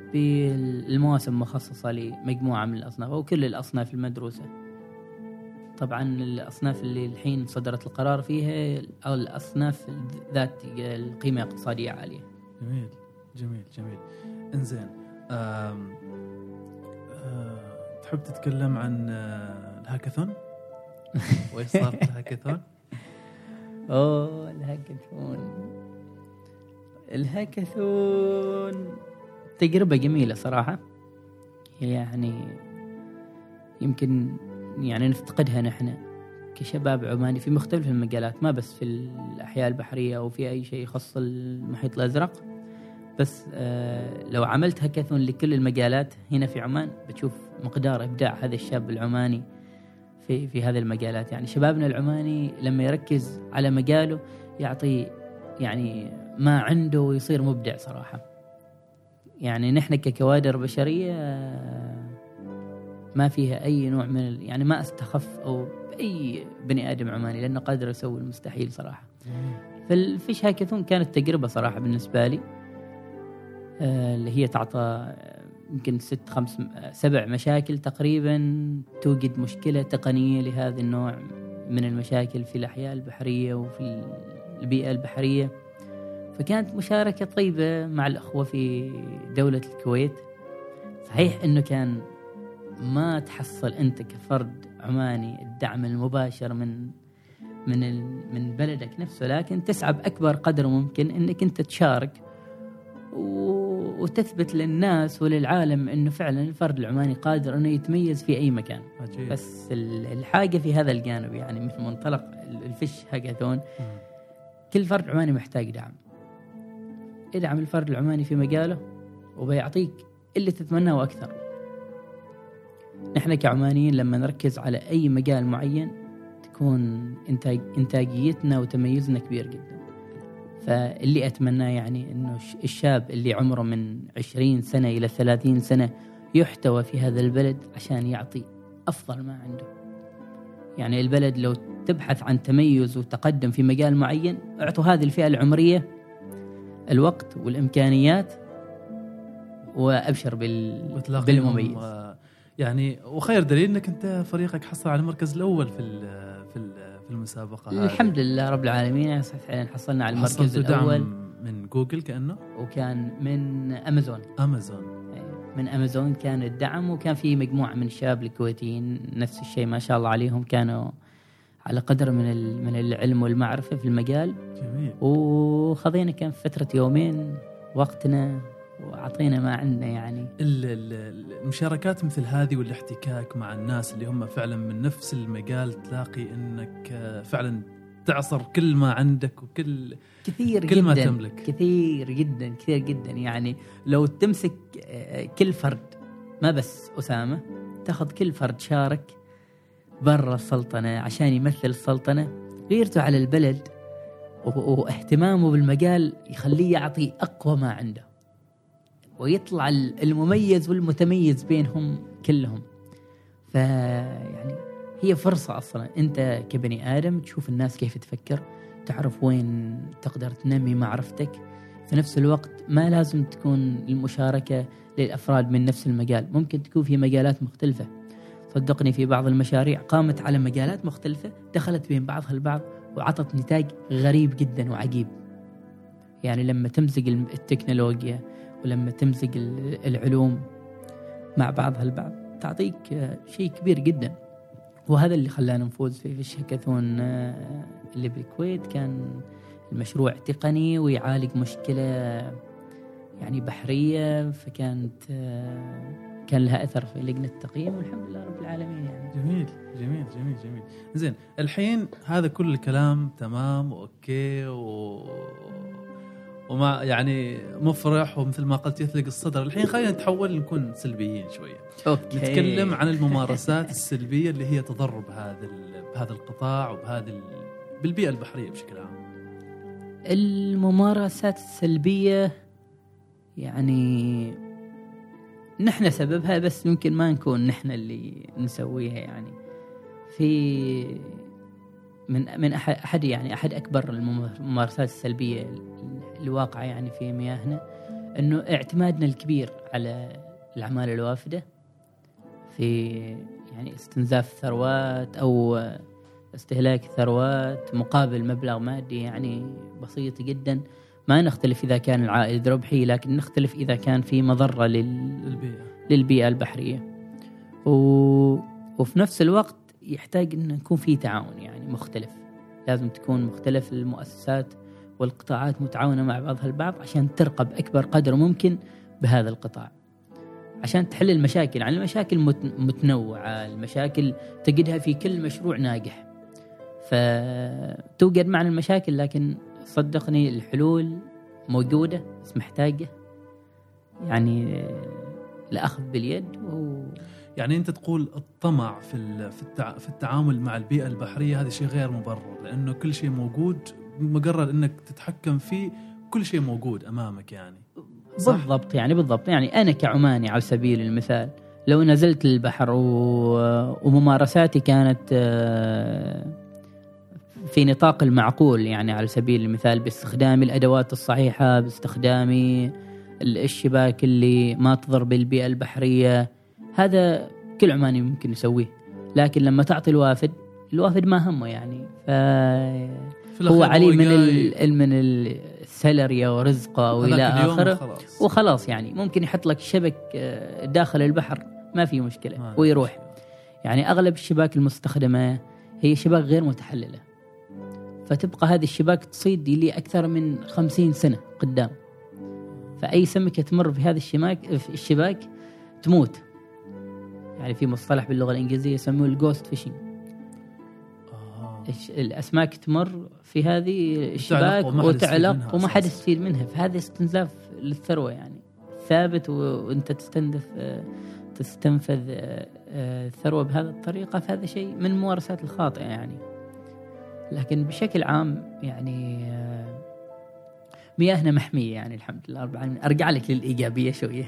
بالمواسم مخصصة لمجموعة من الأصناف، وكل الأصناف المدروسة طبعا الأصناف اللي الحين صدرت القرار فيها أو الأصناف ذات القيمة الاقتصادية عالية. جميل جميل جميل. إنزين آم آه، تحب تتكلم عن آه، الهاكاثون؟ وإيش صار في الهاكاثون؟ أوه الهاكاثون الهاكاثون تجربة جميلة صراحة، يعني يمكن يعني نفتقدها نحن كشباب عماني في مختلف المجالات، ما بس في الأحياء البحرية أو في أي شيء يخص المحيط الأزرق، بس آه لو عملت هاكاثون لكل المجالات هنا في عمان بتشوف مقدار إبداع هذا الشاب العماني في في هذه المجالات. يعني شبابنا العماني لما يركز على مجاله يعطي يعني ما عنده ويصير مبدع صراحة. يعني نحن ككوادر بشرية ما فيها أي نوع من يعني ما أستخف أو أي بني آدم عماني لأنه قادر يسوي المستحيل صراحة. فالفيش هاكاثون كانت تجربة صراحة بالنسبة لي اللي هي تعطى يمكن ست خمس سبع مشاكل تقريبا توجد مشكلة تقنية لهذا النوع من المشاكل في الأحياء البحرية وفي البيئة البحرية. فكانت مشاركة طيبة مع الأخوة في دولة الكويت. صحيح أنه كان ما تحصل أنت كفرد عماني الدعم المباشر من من من بلدك نفسه، لكن تسعى بأكبر قدر ممكن أنك أنت تشارك وتثبت للناس وللعالم أنه فعلا الفرد العماني قادر أنه يتميز في أي مكان. عجيب. بس الحاجة في هذا الجانب يعني من منطلق الفيش هاكاثون كل فرد عماني محتاج دعم. ادعم الفرد العماني في مجاله وبيعطيك اللي تتمناه وأكثر. نحن كعمانيين لما نركز على أي مجال معين تكون إنتاج إنتاجيتنا وتميزنا كبير جدا. فاللي أتمناه يعني إنه الشاب اللي عمره من عشرين سنة إلى ثلاثين سنة يحتوى في هذا البلد عشان يعطي أفضل ما عنده. يعني البلد لو تبحث عن تميز وتقدم في مجال معين اعطوا هذه الفئة العمرية الوقت والإمكانيات وأبشر بال... بالمميز. و... يعني وخير دليل إنك أنت فريقك حصل على المركز الأول في ال... في ال... في المسابقة. الحمد هذه. لله رب العالمين فعلا حصلنا على المركز الأول من جوجل كأنه وكان من أمازون. أمازون من أمازون كان الدعم، وكان في مجموعة من الشباب الكويتيين نفس الشيء ما شاء الله عليهم كانوا على قدر من من العلم والمعرفة في المجال. جميل. وخذينا كان في فترة يومين وقتنا وعطينا ما عندنا. يعني المشاركات مثل هذه والاحتكاك مع الناس اللي هم فعلا من نفس المجال تلاقي انك فعلا تعصر كل ما عندك وكل كثير كل جدا ما تملك كثير جدا كثير جدا. يعني لو تمسك كل فرد ما بس أسامة تاخذ كل فرد شارك برا السلطنة عشان يمثل السلطنة غيرته على البلد واهتمامه بالمجال يخليه يعطي أقوى ما عنده ويطلع المميز والمتميز بينهم كلهم. فيعني هي فرصة أصلا أنت كبني آدم تشوف الناس كيف تفكر، تعرف وين تقدر تنمي معرفتك. في نفس الوقت ما لازم تكون المشاركة للأفراد من نفس المجال، ممكن تكون في مجالات مختلفة. صدقني في بعض المشاريع قامت على مجالات مختلفة دخلت بين بعضها البعض وعطت نتاج غريب جدا وعجيب. يعني لما تمزج التكنولوجيا ولما تمزج العلوم مع بعضها البعض تعطيك شيء كبير جدا. وهذا اللي خلانا نفوز في الهاكاثون اللي بالكويت. كان المشروع تقني ويعالج مشكلة يعني بحرية، فكانت كان لها أثر في لجنة التقييم والحمد لله رب العالمين. يعني جميل جميل جميل جميل. زين الحين هذا كل الكلام تمام وأوكي و... وما يعني مفرح ومثل ما قلت يثلق الصدر. الحين خلينا نتحول نكون سلبيين شوية. أوكي. نتكلم عن الممارسات السلبية اللي هي تضر بهذا بهذا القطاع وبهذا ال... بالبيئة البحرية بشكل عام. الممارسات السلبية يعني نحن سببها، بس ممكن ما نكون نحن اللي نسويها. يعني في من من أحد, أحد يعني أحد أكبر الممارسات السلبية الواقعة يعني في مياهنا إنه اعتمادنا الكبير على الأعمال الوافدة في يعني استنزاف ثروات أو استهلاك ثروات مقابل مبلغ مادي يعني بسيط جدا. ما نختلف إذا كان العائد ربحي، لكن نختلف إذا كان في مضرة للبيئة, للبيئة البحرية. و... وفي نفس الوقت يحتاج أن يكون في تعاون يعني مختلف، لازم تكون مختلف المؤسسات والقطاعات متعاونة مع بعضها البعض عشان ترقب أكبر قدر ممكن بهذا القطاع، عشان تحل المشاكل. يعني المشاكل متنوعة، المشاكل تجدها في كل مشروع ناجح، فتوجد معنا المشاكل، لكن صدقني الحلول موجودة بس محتاجة يعني الأخذ باليد. و... يعني أنت تقول الطمع في في التعامل مع البيئة البحرية هذا شيء غير مبرر، لأنه كل شيء موجود، مجرد أنك تتحكم فيه كل شيء موجود أمامك يعني. بالضبط يعني بالضبط يعني أنا كعماني على سبيل المثال لو نزلت البحر و... وممارساتي كانت في نطاق المعقول، يعني على سبيل المثال باستخدام الأدوات الصحيحة، باستخدام الشباك اللي ما تضر بالبيئة البحرية، هذا كل عماني ممكن يسويه. لكن لما تعطي الوافد، الوافد ما همه يعني، فهو عليه من ال... من السلري ورزقه وإلى آخره وخلاص. يعني ممكن يحط لك شبك داخل البحر ما في مشكلة ويروح. يعني أغلب الشباك المستخدمة هي شباك غير متحللة، فتبقى هذه الشباك تصيد لي أكثر من خمسين سنة قدام، فأي سمكة تمر في هذا الشباك في الشباك تموت. يعني في مصطلح باللغة الإنجليزية يسموه الجوست فيشنج. آه. الأسماك تمر في هذه الشباك وتعلق وما حد يستفيد منها، فهذا استنزاف للثروة يعني ثابت، وأنت تستنزف تستنفذ الثروة بهذه الطريقة، فهذا شيء من الممارسات الخاطئة يعني. لكن بشكل عام يعني مياهنا محمية يعني الحمد لله رب العالمين. أرجع لك للإيجابية شوية.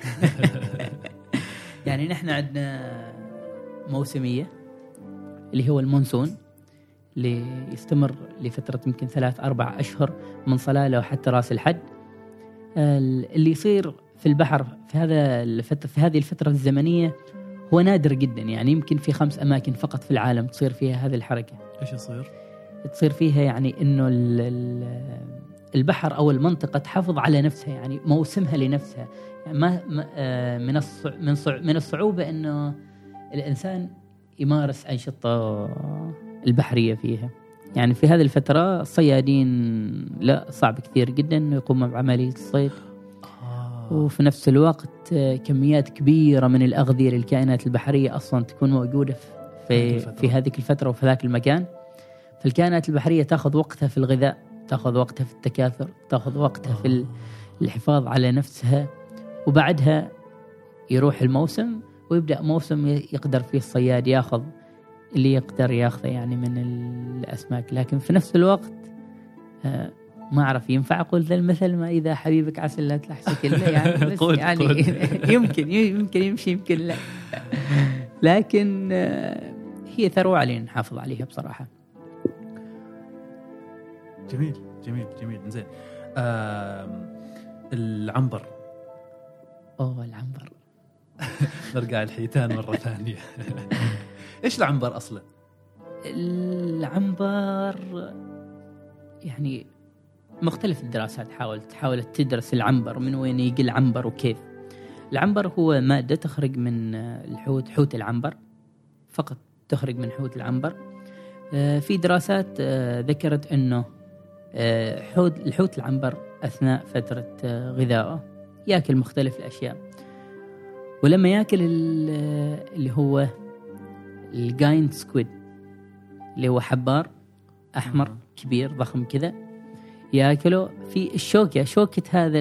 يعني نحن عندنا موسمية اللي هو المونسون اللي يستمر لفترة يمكن ثلاث أربع أشهر من صلالة وحتى رأس الحد. اللي يصير في البحر في هذا الفترة في هذه الفترة الزمنية هو نادر جدا، يعني يمكن في خمس أماكن فقط في العالم تصير فيها هذه الحركة. إيش يصير؟ تصير فيها يعني إنه البحر أو المنطقة تحافظ على نفسها، يعني موسمها لنفسها. يعني ما من من من الصعوبة إنه الإنسان يمارس أنشطة البحرية فيها. يعني في هذه الفترة الصيادين لا صعب كثير جدا إنه يقوموا بعملية الصيد، وفي نفس الوقت كميات كبيرة من الأغذية للكائنات البحرية أصلا تكون موجودة في في هذه الفترة وفي ذاك المكان. فالكائنات البحرية تأخذ وقتها في الغذاء، تأخذ وقتها في التكاثر، تأخذ وقتها في الحفاظ على نفسها، وبعدها يروح الموسم ويبدأ موسم يقدر فيه الصياد يأخذ اللي يقدر يأخذه يعني من الأسماك. لكن في نفس الوقت ما أعرف ينفع أقول ذا المثل، ما إذا حبيبك عسل لا تلحسك إلا يعني, بس قول يعني قول. يمكن يمكن يمشي يمكن لا، لكن هي ثروة علينا نحافظ عليها بصراحة. جميل جميل جميل. زين العنبر. أوه العنبر. نرجع الحيتان مرة ثانية. إيش العنبر أصلا؟ العنبر يعني مختلف الدراسات حاولت حاولت تدرس العنبر من وين يجي العنبر وكيف. العنبر هو مادة تخرج من الحوت، حوت العنبر فقط تخرج من حوت العنبر. في دراسات ذكرت أنه حوت الحوت العنبر أثناء فترة غذائه يأكل مختلف الأشياء، ولما يأكل اللي هو الجاينت سكويد اللي هو حبار أحمر م- كبير ضخم كذا، يأكله في الشوكة شوكة هذا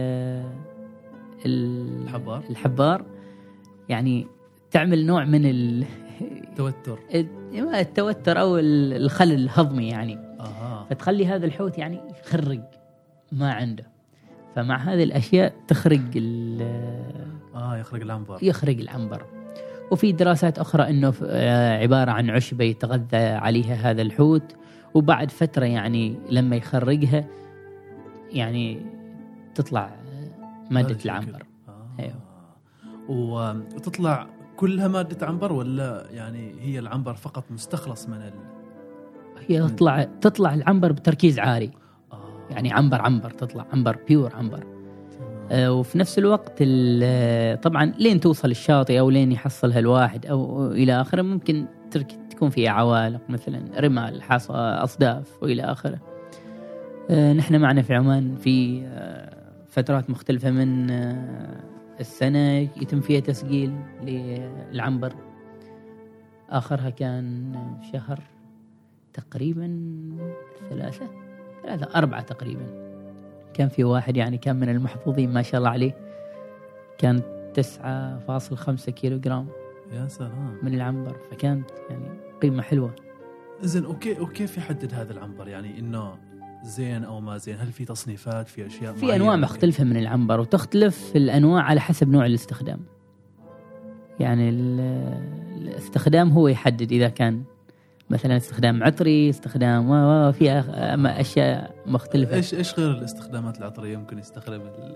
الحبار الحبار يعني تعمل نوع من التوتر التوتر أو الخلل الهضمي يعني. آه. فتخلي هذا الحوت يعني يخرج ما عنده، فمع هذه الأشياء تخرج آه يخرج العنبر يخرج العنبر. وفي دراسات أخرى أنه عبارة عن عشبة يتغذى عليها هذا الحوت، وبعد فترة يعني لما يخرجها يعني تطلع مادة العنبر. آه. أيوه. وتطلع كلها مادة عنبر ولا يعني هي العنبر فقط مستخلص من ال... هي تطلع تطلع العنبر بتركيز عالي. آه. يعني عنبر عنبر تطلع عنبر بيور عنبر. آه وفي نفس الوقت طبعا لين توصل الشاطئ أو لين يحصلها الواحد أو إلى آخره ممكن تكون فيها عوالق مثلا رمال حصى أصداف وإلى آخره. آه نحن معنا في عمان في آه فترات مختلفة من آه السنة يتم فيها تسجيل للعنبر. آخرها كان شهر تقريبا ثلاثة ثلاثة أربعة تقريبا. كان في واحد يعني كان من المحظوظين ما شاء الله عليه كان تسعة فاصل خمسة كيلو جرام يا سلام من العنبر. فكانت يعني قيمة حلوة. إذن أوكي وكيف يحدد هذا العنبر يعني إنه زين أو ما زين؟ هل في تصنيفات في أشياء في أنواع مختلفة من العنبر وتختلف الأنواع على حسب نوع الاستخدام. يعني الاستخدام هو يحدد إذا كان مثلا استخدام عطري استخدام وفي أشياء مختلفة. إيش إيش غير الاستخدامات العطرية ممكن يستخدم ال...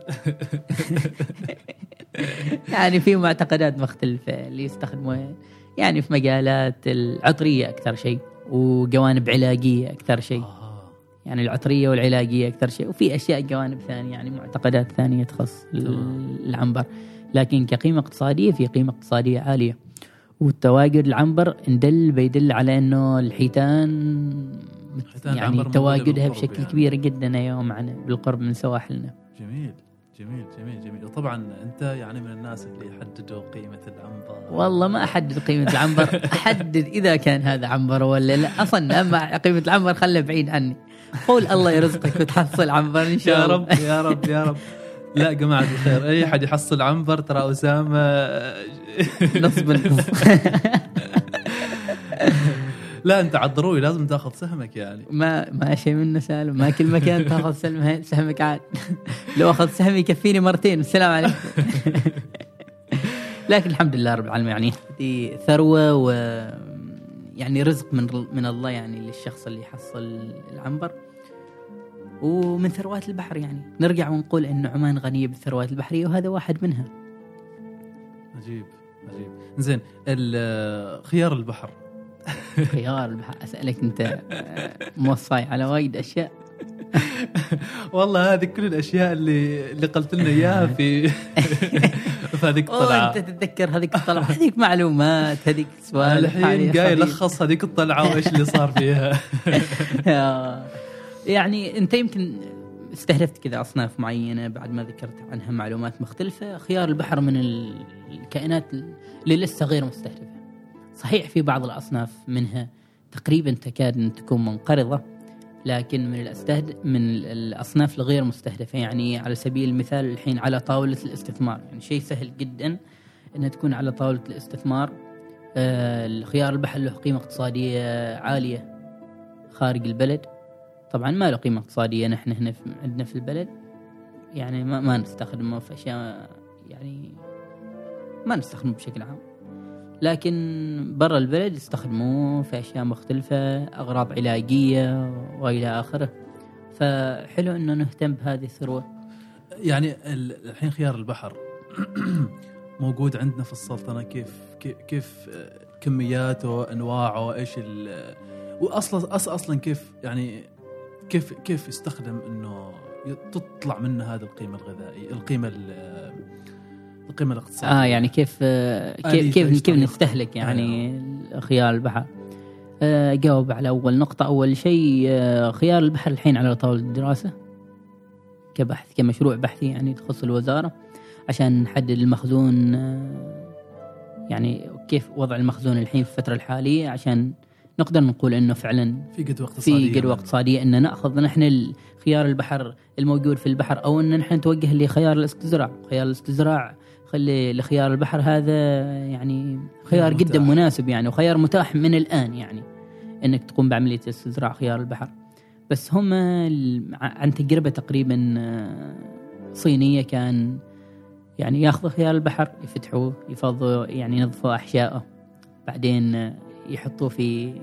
يعني في معتقدات مختلفة اللي يستخدموها يعني في مجالات العطرية أكثر شيء وجوانب علاجية أكثر شيء. يعني العطرية والعلاجية أكثر شيء وفي أشياء جوانب ثانية يعني معتقدات ثانية تخص العنبر. لكن كقيمة اقتصادية في قيمة اقتصادية عالية. والتواجد العنبر ندل بيدل على أنه الحيتان يعني تواجدها بشكل يعني. كبير جدا أيوة معنا بالقرب من سواحلنا. جميل جميل جميل جميل. وطبعا أنت يعني من الناس اللي يحددوا قيمة العنبر. والله ما أحدد قيمة العنبر أحدد إذا كان هذا عنبر ولا لا. أصلا أما قيمة العنبر خله بعيد عني. قول الله يرزقك وتحصل عنبر إن شاء الله. يا رب يا رب يا رب. لا جماعة الخير أي حد يحصل عنبر ترى أسامة نصب النص. لا أنت عضروي لازم تأخذ سهمك يعني. ما ما شيء منه سالم ما كل مكان تأخذ سهم سهمك عاد. لو أخذ سهمي يكفيني مرتين السلام عليكم. لكن الحمد لله رب العالمين يعني دي ثروة و يعني رزق من من الله يعني للشخص اللي يحصل العنبر. ومن ثروات البحر يعني نرجع ونقول إن عمان غنية بالثروات البحرية وهذا واحد منها. عجيب عجيب. زين خيار البحر. خيار البحر أسألك أنت موصاي على وايد أشياء. والله هذه كل الأشياء اللي اللي قلت لنا إياها في في هذيك الطلعة. أنت تتذكر هذيك الطلعة هذيك معلومات هذيك سؤال الحين جاي لخص هذيك الطلعة وإيش اللي صار فيها. يعني أنت يمكن استهدفت كذا أصناف معينة بعد ما ذكرت عنها معلومات مختلفة. خيار البحر من الكائنات اللي لسه غير مستهدفة. صحيح في بعض الأصناف منها تقريبا تكاد أن تكون منقرضة لكن من الأستهد من الأصناف الغير مستهدفة. يعني على سبيل المثال الحين على طاولة الاستثمار يعني شيء سهل جدا أنها تكون على طاولة الاستثمار. آه الخيار البحر له قيمة اقتصادية عالية خارج البلد. طبعا ما له قيمة اقتصادية نحن هنا في عندنا في البلد يعني ما, ما نستخدمه في أشياء يعني ما نستخدمه بشكل عام. لكن برا البلد يستخدموه في أشياء مختلفة أغراض علاجية وإلى آخره. فحلو أنه نهتم بهذه الثروة. يعني الحين خيار البحر موجود عندنا في السلطنة. كيف كيف كمياته أنواعه إيش وأصلا أصلا كيف يعني كيف كيف يستخدم إنه تطلع منه هذه القيمة الغذائية القيمة القيمة الاقتصادية. آه يعني كيف كيف كيف, كيف نستهلك يعني آه. خيار البحر. آه جاوب على أول نقطة. أول شيء آه خيار البحر الحين على طاولة الدراسة كبحث كمشروع بحثي يعني تخص الوزارة عشان نحدد المخزون. آه يعني كيف وضع المخزون الحين في الفترة الحالية عشان نقدر نقول إنه فعلا في قدوة اقتصادية في قدوة اقتصادية إن نأخذ نحن خيار البحر الموجود في البحر أو إن نحن نتوجه لخيار الاستزراع. خيار الاستزراع خلي لخيار البحر هذا يعني خيار جدا مناسب يعني وخيار متاح من الآن يعني إنك تقوم بعملية استزراع خيار البحر. بس هم عن تجربة تقريبا صينية كان يعني يأخذوا خيار البحر يفتحوه يفضوا يعني ينظفوا أحشائه بعدين يحطوه في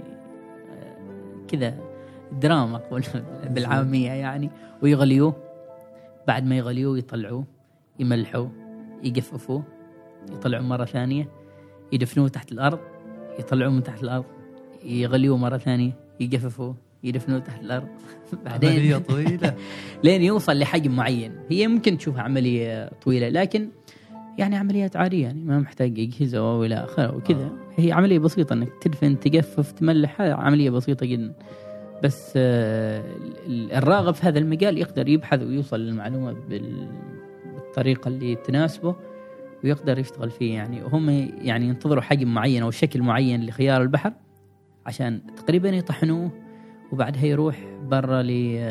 كذا دراما أقول بالعامية يعني ويغليوه. بعد ما يغليوه يطلعوه يملحوه يجففوه يطلعوا مرة ثانية يدفنوه تحت الأرض، يطلعوه من تحت الأرض، يغليوه مرة ثانية، يجففوه، يدفنوه تحت الأرض بعدين عملية طويلة لين يوصل لحجم معين. هي ممكن تشوفها عملية طويلة، لكن يعني عمليات عادية، يعني ما محتاج أجهزة وإلى آخره وكذا. آه. هي عملية بسيطة، إنك تدفن، تجفف، تملح، عملية بسيطة جدا. بس آه الراغب في هذا المجال يقدر يبحث ويوصل للمعلومة بالطريقة اللي تناسبه ويقدر يشتغل فيه. يعني هم يعني ينتظروا حجم معين أو شكل معين لخيار البحر عشان تقريبا يطحنوه، وبعدها يروح برا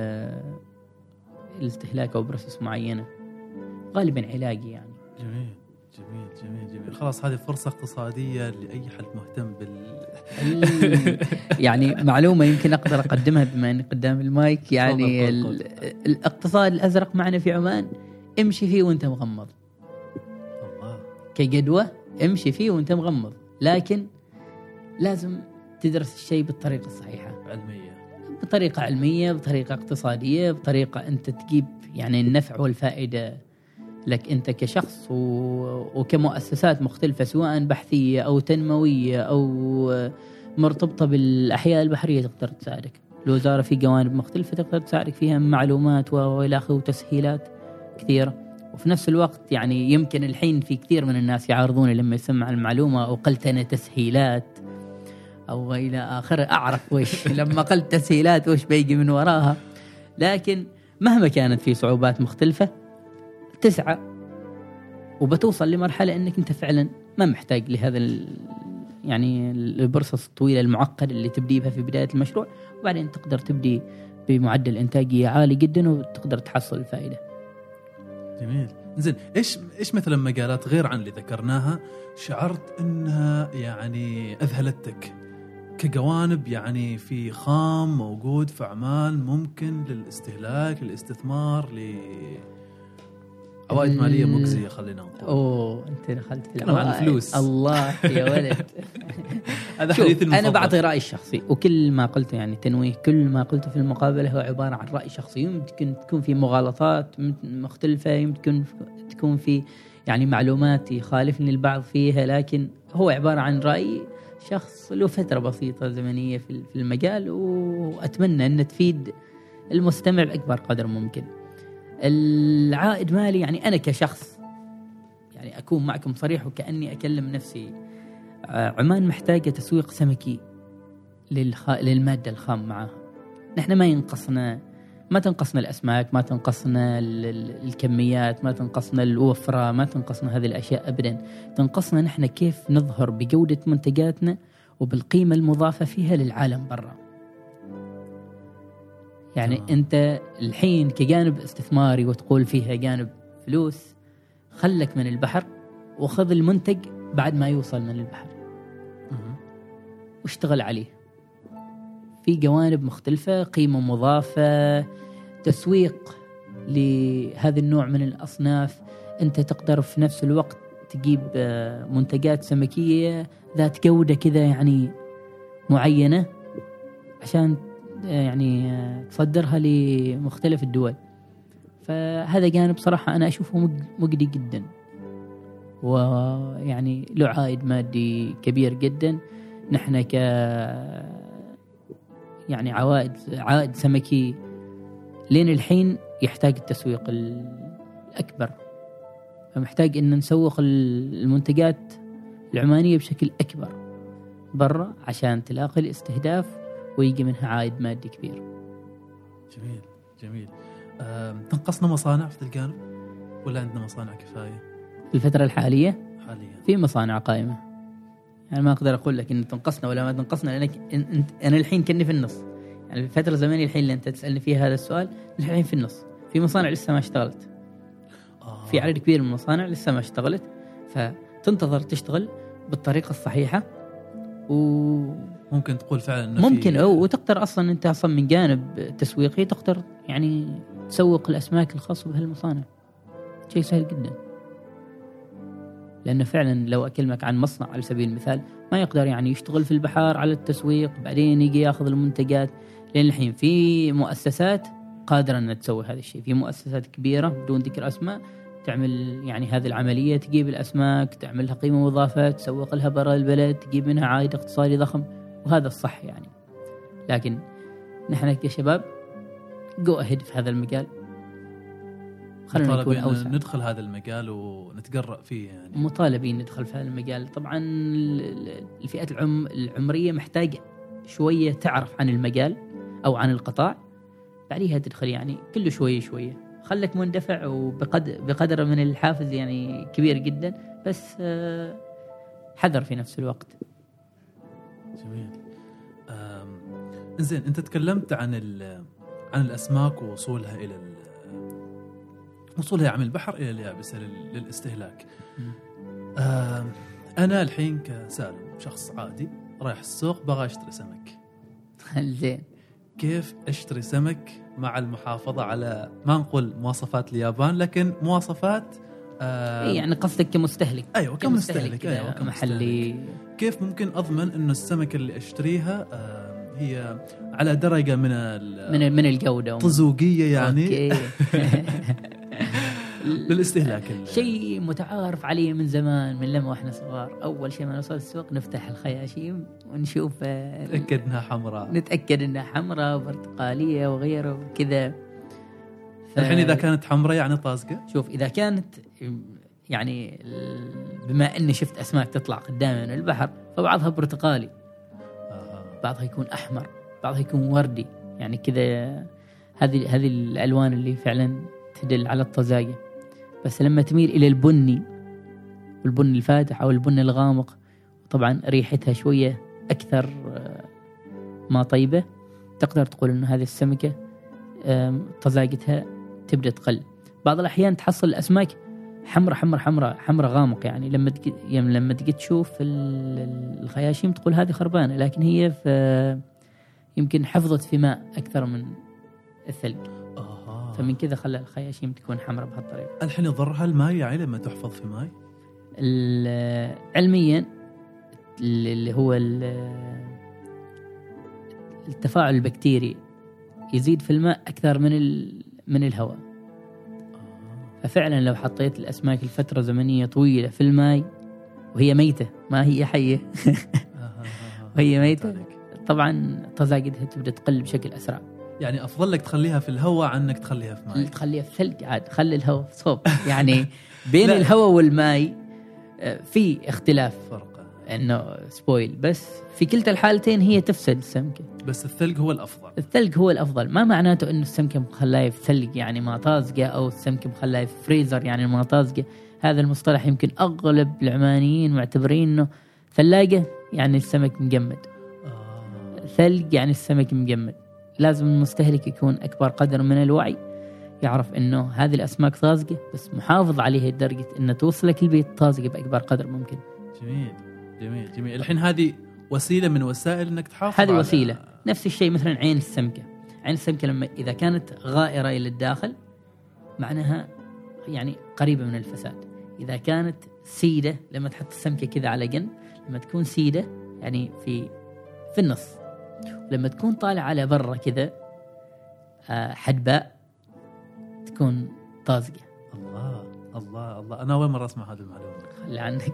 للاستهلاك أو بروسس معينة، غالبا علاجي يعني. جميل جميل جميل جميل. خلاص هذه فرصة اقتصادية لأي حد مهتم بال يعني معلومة يمكن أقدر أقدمها بما أني قدام المايك. يعني ال... الاقتصاد الأزرق معنا في عمان، امشي فيه وانت مغمض. الله. كجدوى امشي فيه وانت مغمض، لكن لازم تدرس الشيء بالطريقة الصحيحة، علمية، بطريقة علمية، بطريقة اقتصادية، بطريقة أنت تجيب يعني النفع والفائدة لك أنت كشخص و... وكمؤسسات مختلفة، سواء بحثية أو تنموية أو مرتبطة بالأحياء البحرية تقدر تساعدك. الوزارة في جوانب مختلفة تقدر تساعدك فيها معلومات وإلى آخره وتسهيلات كثيرة. وفي نفس الوقت يعني يمكن الحين في كثير من الناس يعارضون لما يسمع المعلومة أو قلت أنا تسهيلات أو إلى آخره، أعرف وش لما قلت تسهيلات وش بيجي من وراها. لكن مهما كانت في صعوبات مختلفة تسعى وبتوصل لمرحلة أنك أنت فعلا ما محتاج لهذا ال يعني البروسس الطويلة المعقدة اللي تبدي بها في بداية المشروع، وبعدين تقدر تبدي بمعدل إنتاجية عالي جدا وتقدر تحصل الفائدة. جميل. زين، إيش إيش مثلا مجالات غير عن اللي ذكرناها شعرت أنها يعني أذهلتك كجوانب، يعني في خام موجود في أعمال ممكن للاستهلاك، للاستثمار، لعوائد مالية مجزية خلينا نقول؟ أوه أنت دخلت في العوائد. الفلوس. الله يا ولد. هذا حديث المفضل. أنا بعطي رأي الشخصي، وكل ما قلته يعني تنويه، كل ما قلته في المقابلة هو عبارة عن رأي شخصي. يمكن تكون في مغالطات مختلفة، يمكن تكون في يعني معلومات يخالفني البعض فيها، لكن هو عبارة عن رأي شخص له فترة بسيطة زمنية في المجال، وأتمنى أن تفيد المستمع بأكبر قدر ممكن. العائد مالي، يعني أنا كشخص يعني أكون معكم صريح وكأني أكلم نفسي. عمان محتاجة تسويق سمكي للخ... للمادة الخام معها. نحن ما ينقصنا، ما تنقصنا الأسماك، ما تنقصنا الكميات، ما تنقصنا الوفرة، ما تنقصنا هذه الأشياء أبدا. تنقصنا نحن كيف نظهر بجودة منتجاتنا وبالقيمة المضافة فيها للعالم برا. يعني آه. أنت الحين كجانب استثماري وتقول فيها جانب فلوس، خلك من البحر وخذ المنتج بعد ما يوصل من البحر واشتغل عليه في جوانب مختلفة، قيمة مضافة، تسويق لهذا النوع من الأصناف. أنت تقدر في نفس الوقت تجيب منتجات سمكية ذات جودة كذا يعني معينة عشان يعني تصدرها لمختلف الدول. فهذا جانب صراحة أنا أشوفه مجدي جدا، ويعني له عائد مادي كبير جدا. نحن ك يعني عوائد عائد سمكي لين الحين يحتاج التسويق الأكبر، فمحتاج إن نسوق المنتجات العمانية بشكل أكبر برا عشان تلاقي الاستهداف ويجي منها عائد مادي كبير. جميل جميل. أه، تنقصنا مصانع في الجانب ولا عندنا مصانع كفاية؟ في الفترة الحالية حاليا في مصانع قائمة، يعني ما أقدر أقول لك إن تنقصنا ولا ما تنقصنا، لأنك أنا الحين كني في النص. يعني في الفترة الزمنية الحين اللي أنت تسألني فيها هذا السؤال الحين في النص. في مصانع لسه ما اشتغلت، آه. في عدد كبير من المصانع لسه ما اشتغلت، فتنتظر تشتغل بالطريقة الصحيحة. وممكن تقول فعلا ممكن في... أو وتقدر أصلا أنت أصلا من جانب تسويقي تقدر يعني تسوق الأسماك الخاصة بهالمصانع، شيء سهل جدا. لأنه فعلا لو أكلمك عن مصنع على سبيل المثال ما يقدر يعني يشتغل في البحار على التسويق بعدين يجي يأخذ المنتجات، لأن الحين في مؤسسات قادرة أن تسوي هذا الشيء. في مؤسسات كبيرة بدون ذكر أسماء تعمل يعني هذه العملية، تجيب الأسماك، تعملها قيمة مضافة، تسوق لها برا البلد، تجيب منها عائد اقتصادي ضخم، وهذا الصح يعني. لكن نحن كشباب جو أهيد في هذا المجال، خلينا نكون أوسع، ندخل هذا المجال ونتقرأ فيه يعني. مطالبين ندخل في هذا المجال. طبعا الفئات العم العمرية محتاجة شوية تعرف عن المجال أو عن القطاع، بعديها تدخل يعني كله شوية شوية. خلك مندفع وبقدر بقدر من الحافز يعني كبير جدا، بس حذر في نفس الوقت. جميل. إنزين، أنت تكلمت عن عن الأسماك ووصولها إلى وصولها عن البحر إلى اليابسة للاستهلاك. أنا الحين كسالم شخص عادي رايح السوق بغى أشتري سمك. زين، كيف أشتري سمك مع المحافظة على ما نقول مواصفات اليابان، لكن مواصفات آه يعني قصدك كمستهلك؟ أيوة كمستهلك، أيوة كمحلي. كيف ممكن أضمن إنه السمك اللي أشتريها آه هي على درجة من من من الجودة طزوقية يعني للاستهلاك؟ شيء متعارف عليه من زمان، من لما احنا صغار. اول شيء ما نوصل السوق نفتح الخياشيم ونشوف، نتاكد انها حمراء، نتاكد انها حمراء برتقاليه وغيره كذا. ف... الحين اذا كانت حمراء يعني طازجه. شوف، اذا كانت يعني بما اني شفت اسماك تطلع قدامي من البحر، فبعضها برتقالي، آه. بعضها يكون احمر، بعضها يكون وردي، يعني كذا. هذه هذه الالوان اللي فعلا تدل على الطزاجه. بس لما تميل إلى البني والبني الفاتح أو البني الغامق، طبعا ريحتها شوية أكثر ما طيبة، تقدر تقول إنه هذه السمكة طزاجتها تبدأ تقل. بعض الأحيان تحصل الأسماك حمرة حمرة حمرة حمرة غامق، يعني لما تجي يعني لما تجي تشوف الخياشيم تقول هذه خربانة، لكن هي في يمكن حفظت في ماء أكثر من الثلج، فمن كذا خلى الخياشيم تكون حمراء بهالطريقة. الحين يضرها الماء يعني لما تحفظ في ماء؟ علميا اللي هو التفاعل البكتيري يزيد في الماء أكثر من من الهواء. ففعلا لو حطيت الأسماك لفترة زمنية طويلة في الماء وهي ميتة، ما هي حية وهي ميتة، طبعا طزاجتها تبدأ تقل بشكل أسرع. يعني أفضل لك تخليها في الهواء عنك تخليها في ماء. تخليها في ثلج عاد، خلي الهواء صوب يعني بين الهواء والماء في اختلاف، فرق إنه سبويل، بس في كلتا الحالتين هي تفسد السمكة. بس الثلج هو الأفضل. الثلج هو الأفضل، ما معناته إنه السمكة مخلاه في ثلج يعني ما طازجة، أو السمكة مخلاه في فريزر يعني ما طازجة. هذا المصطلح يمكن أغلب العمانيين معتبرين إنه ثلاجة يعني السمك مجمد، آه. ثلج يعني السمك مجمد. لازم المستهلك يكون أكبر قدر من الوعي، يعرف إنه هذه الأسماك طازجة، بس محافظ عليها لدرجة إنه توصلك البيت طازجة بأكبر قدر ممكن. جميل جميل جميل. الحين هذه وسيلة من وسائل إنك تحافظ. هذه وسيلة. نفس الشيء مثلا عين السمكة. عين السمكة لما إذا كانت غائرة إلى الداخل معناها يعني قريبة من الفساد. إذا كانت سيدة، لما تحط السمكة كذا على جنب، لما تكون سيدة يعني في في النص، لما تكون طالع على برا كذا حدباء، تكون طازجة. الله الله الله، أنا أول مرة أسمع هذه المعلومة. خلي عنك.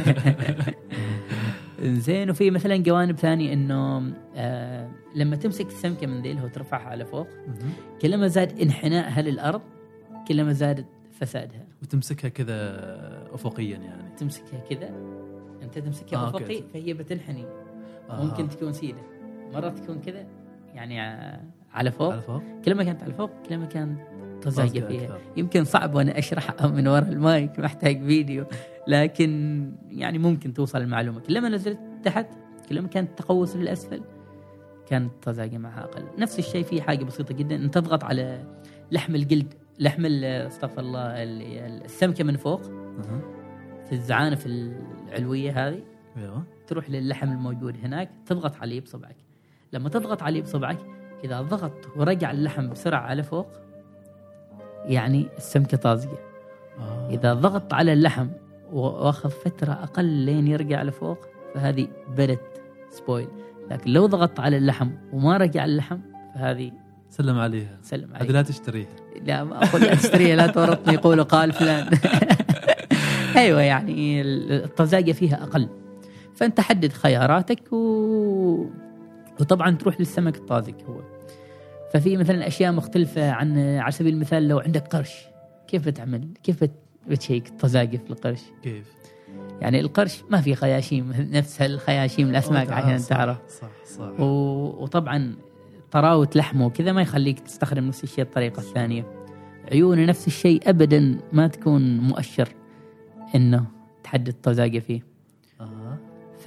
زين. وفي مثلا جوانب ثانية إنه آه لما تمسك السمكة من ذيلها وترفعها على فوق، كلما زاد انحنائها للأرض كلما زادت فسادها. وتمسكها كذا أفقيا يعني. تمسكها كذا، أنت تمسكها آه أفقي كده. فهي بتنحني. آه. ممكن تكون سيدة، مرة تكون كذا يعني على فوق. على فوق. كلما كانت على فوق كلما كان طزاجة فيها أكثر. يمكن صعب وأنا أشرحها من وراء المايك، محتاج فيديو، لكن يعني ممكن توصل المعلومة. كلما نزلت تحت كلما كانت تقوس للأسفل كانت طزاجة معها أقل. نفس الشيء في حاجة بسيطة جدا، أن تضغط على لحم الجلد، لحم استغفر الله السمكة من فوق في الزعانف العلوية هذه، تروح للحم الموجود هناك، تضغط عليه بصبعك. لما تضغط عليه بصبعك، إذا ضغط ورجع اللحم بسرعة على فوق يعني السمكة طازجة. آه. إذا ضغط على اللحم وأخذ فترة أقل لين يرجع لفوق، فهذه بدت سبويل. لكن لو ضغط على اللحم وما رجع اللحم، فهذه سلم عليها. سلم عليها. هذه لا تشتريها. لا ما أقول لا تشتريها، لا تورطني يقولوا قال فلان. أيوة يعني الطزاجة فيها أقل، فأنت حدد خياراتك و... وطبعا تروح للسمك الطازج هو. ففي مثلا أشياء مختلفة عن على سبيل المثال لو عندك قرش كيف بتعمل؟ كيف بتشيك الطزاجة في القرش؟ كيف؟ يعني القرش ما في خياشيم نفس الخياشيم الأسماك عشان تعرف. صح صح. و... وطبعا طراوة لحمه وكذا ما يخليك تستخدم نفس الشيء الطريقة الثانية. عيونه نفس الشيء أبدا ما تكون مؤشر إنه تحدد طزاجة فيه. آه.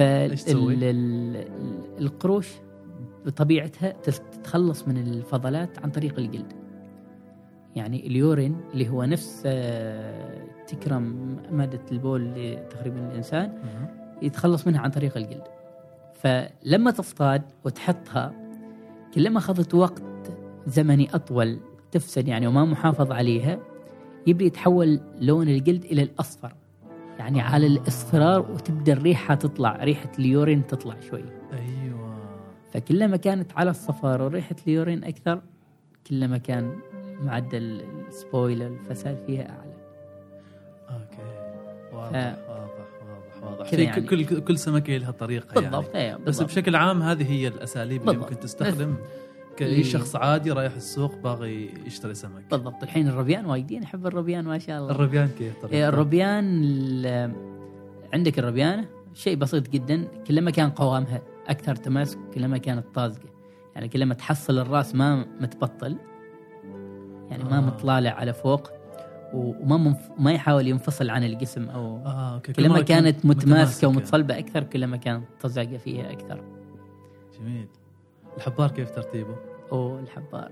فالقروش بطبيعتها تتخلص من الفضلات عن طريق الجلد. يعني اليورين اللي هو نفس تكرم مادة البول تقريبا الإنسان يتخلص منها عن طريق الجلد. فلما تصطاد وتحطها كلما أخذت وقت زمني أطول تفسد يعني وما محافظ عليها يبدأ يتحول لون الجلد إلى الأصفر، يعني آه. على الإصفرار، وتبدأ الريحة تطلع، ريحة اليورين تطلع شوي. أيوة. فكلما كانت على الصفار وريحة اليورين أكثر كلما كان معدل السبويل الفساد فيها أعلى. أوكي واضح ف... واضح واضح واضح. في يعني كل كل سمكة لها طريقة بالضبط يعني. بالضبط. بس بشكل عام هذه هي الأساليب اللي ممكن تستخدم كأي شخص عادي رايح السوق باغي يشتري سمك. بالضبط. الحين الربيان وايدين أحب الربيان ما شاء الله. الربيان كيف طريقة؟ الربيان عندك الربيانة شيء بسيط جدا، كلما كان قوامها أكثر تماسك كلما كانت طازجة، يعني كلما تحصل الرأس ما متبطل يعني آه. ما مطلع على فوق وما منف... ما يحاول ينفصل عن الجسم أو آه، أوكي. كلما كانت متماسكة ومتصلبة أكثر كلما كانت طزاجة فيها أكثر. جميل. الحبار كيف ترتيبه؟ أوه الحبار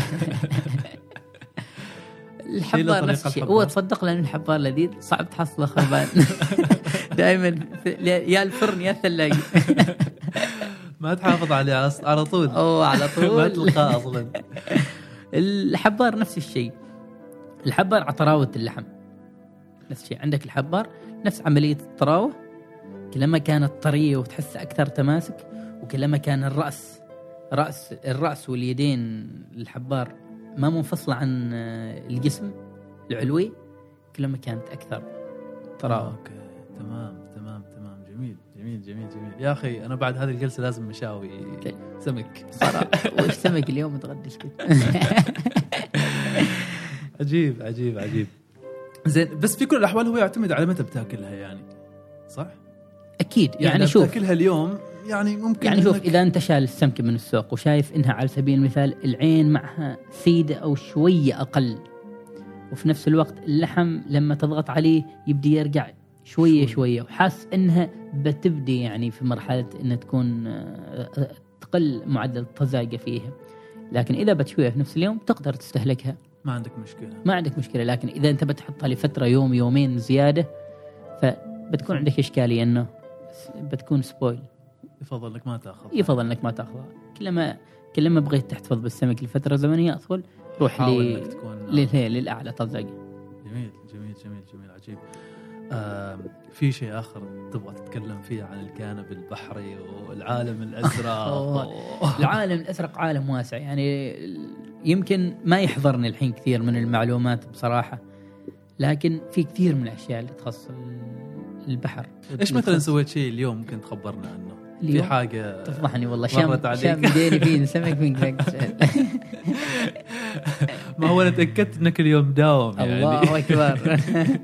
الحبار نفس الشيء. هو تصدق لأن الحبار لذيذ صعب تحصله خربان. دائما يا الفرن يا الثلاجة. ما تحافظ عليه على طول. أوه على طول ما تلقاه أصلا. الحبار نفس الشيء. الحبار على طراوة اللحم نفس الشيء. عندك الحبار نفس عملية الطراوة، كلما كانت طرية وتحس أكثر تماسك، وكلما كان الرأس رأس الرأس واليدين الحبار ما منفصلة عن الجسم العلوي كلما كانت أكثر طراوة. أوكي تمام تمام تمام. جميل جميل جميل جميل يا أخي. أنا بعد هذه الجلسة لازم مشاوي سمك صراحة. وش سمك اليوم تغدش كده؟ عجيب عجيب عجيب. زين بس في كل الأحوال هو يعتمد على متى بتاكلها يعني صح؟ أكيد يعني, يعني شوف تاكلها اليوم يعني ممكن يعني شوف إذا أنت شال السمكة من السوق وشايف إنها على سبيل المثال العين معها سيدة أو شوية أقل، وفي نفس الوقت اللحم لما تضغط عليه يبدي يرجع شوية شوي. شوية وحاس إنها بتبدي يعني في مرحلة إنها تكون تقل معدل الطزاجة فيها، لكن إذا بتشويها في نفس اليوم تقدر تستهلكها ما عندك مشكلة ما عندك مشكلة. لكن إذا أنت بتحطها لفترة يوم يومين زيادة فبتكون عندك إشكالية إنه بتكون سبويل. يفضل انك ما تاخذ يفضل انك ما تاخذها. كلما كلما بغيت تحتفظ بالسمك لفتره زمنيه اطول روح لي لل... للاعلى طزاجه. جميل جميل جميل جميل عجيب. آه في شيء اخر تبغى تتكلم فيه عن الجانب البحري والعالم الازرق؟ العالم الازرق عالم واسع يعني يمكن ما يحضرني الحين كثير من المعلومات بصراحه، لكن في كثير من الاشياء اللي تخص البحر. ايش مثلا سويت شيء اليوم ممكن تخبرنا عنه؟ في حاجة تفضحني والله. شام شام ديني فين سمك من كذا. ما هو أنا تأكدت إنك اليوم داوم يعني. الله أكبر.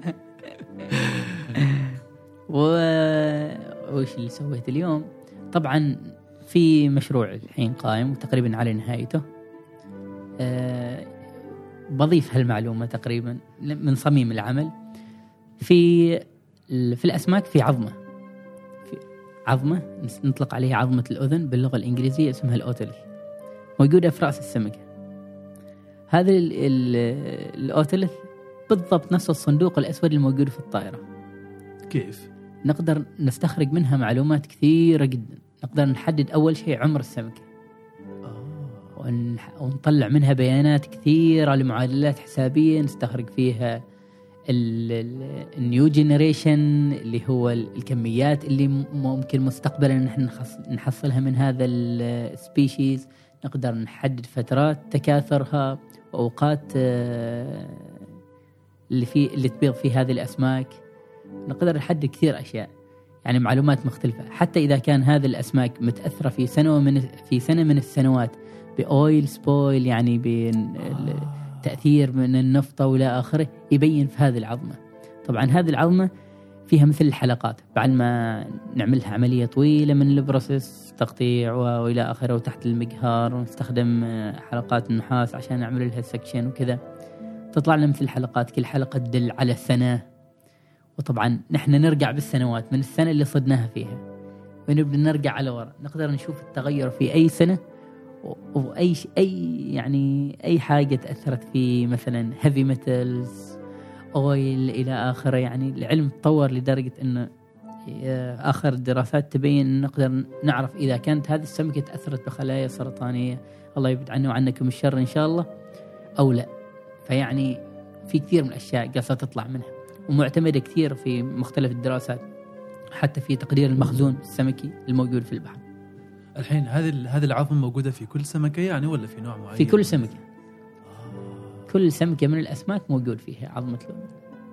وش اللي سويت اليوم؟ طبعا في مشروع الحين قائم وتقريبا على نهايته. أه بضيف هالمعلومة تقريبا من صميم العمل. في في الأسماك في عظمة في عظمة نطلق عليها عظمة الأذن باللغة الإنجليزية اسمها الأوتلث، موجودة في رأس السمكة. هذا الأوتلث بالضبط نفس الصندوق الأسود الموجود في الطائرة. كيف؟ نقدر نستخرج منها معلومات كثيرة جدا. نقدر نحدد أول شيء عمر السمكة ونطلع منها بيانات كثيرة لمعادلات حسابية نستخرج فيها النيو جينيريشن اللي هو الكميات اللي ممكن مستقبلا نحن نحصلها من هذا السبيشيز. نقدر نحدد فترات تكاثرها وأوقات اللي في اللي تبيض فيه هذه الأسماك. نقدر نحدد كثير أشياء، يعني معلومات مختلفة. حتى إذا كان هذه الأسماك متأثرة في سنة من في سنة من السنوات بأويل سبويل، يعني بالتأثير من النفط وإلى آخره، يبين في هذه العظمة. طبعا هذه العظمة فيها مثل الحلقات، بعد ما نعملها عملية طويلة من البروسيس تقطيع وإلى آخره وتحت المقهار، ونستخدم حلقات النحاس عشان نعمل لها سكشن وكذا، تطلع لنا مثل حلقات، كل حلقة تدل على سنة. وطبعا نحن نرجع بالسنوات من السنة اللي صدناها فيها، ونبدأ نرجع على وراء، نقدر نشوف التغير في أي سنة وأي أي يعني أي حاجة تأثرت في مثلا heavy metals أويل إلى آخره. يعني العلم تطور لدرجة أنه آخر الدراسات تبين نقدر نعرف إذا كانت هذه السمكة تأثرت بخلايا سرطانية، الله يبعد عنا وعنكم الشر إن شاء الله، أو لا. فيعني في كثير من الأشياء قاعدة تطلع منها، ومعتمدة كثير في مختلف الدراسات، حتى في تقدير المخزون السمكي الموجود في البحر. الحين هذه هذه العظم موجودة في كل سمكة يعني، ولا في نوع معين؟ في كل سمكة. آه. كل سمكة من الأسماك موجود فيها عظمة لون.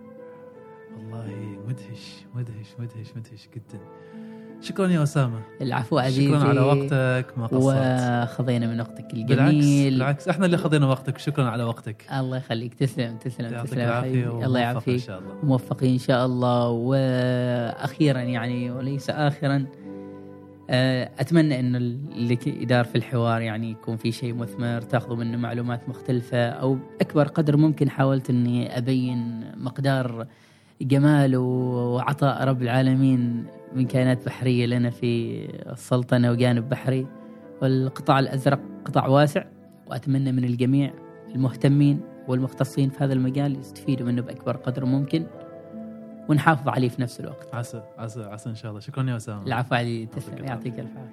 والله مدهش مدهش مدهش مدهش جدا. شكرا يا أسامة. العفو عزيزي، شكرا على وقتك، ما قصرت وخذينا من وقتك الجميل. بالعكس بالعكس احنا اللي خذينا وقتك، شكرا على وقتك. الله يخليك، تسلم تسلم تسلم العافية، الله يعافيك إن شاء الله. موفقين إن شاء الله. وأخيرا يعني وليس آخرا، أتمنى أن اللي يدار في الحوار يعني يكون في شيء مثمر، تأخذوا منه معلومات مختلفة، أو أكبر قدر ممكن حاولت أني أبين مقدار جمال وعطاء رب العالمين من كائنات بحرية لنا في السلطنة وجانب بحري. والقطاع الأزرق قطاع واسع، وأتمنى من الجميع المهتمين والمختصين في هذا المجال يستفيدوا منه بأكبر قدر ممكن، ونحافظ عليه في نفس الوقت. عسى عسى عسى إن شاء الله. شكرا يا أسامة. العفو علي، تسلم، يعطيك الف عافية.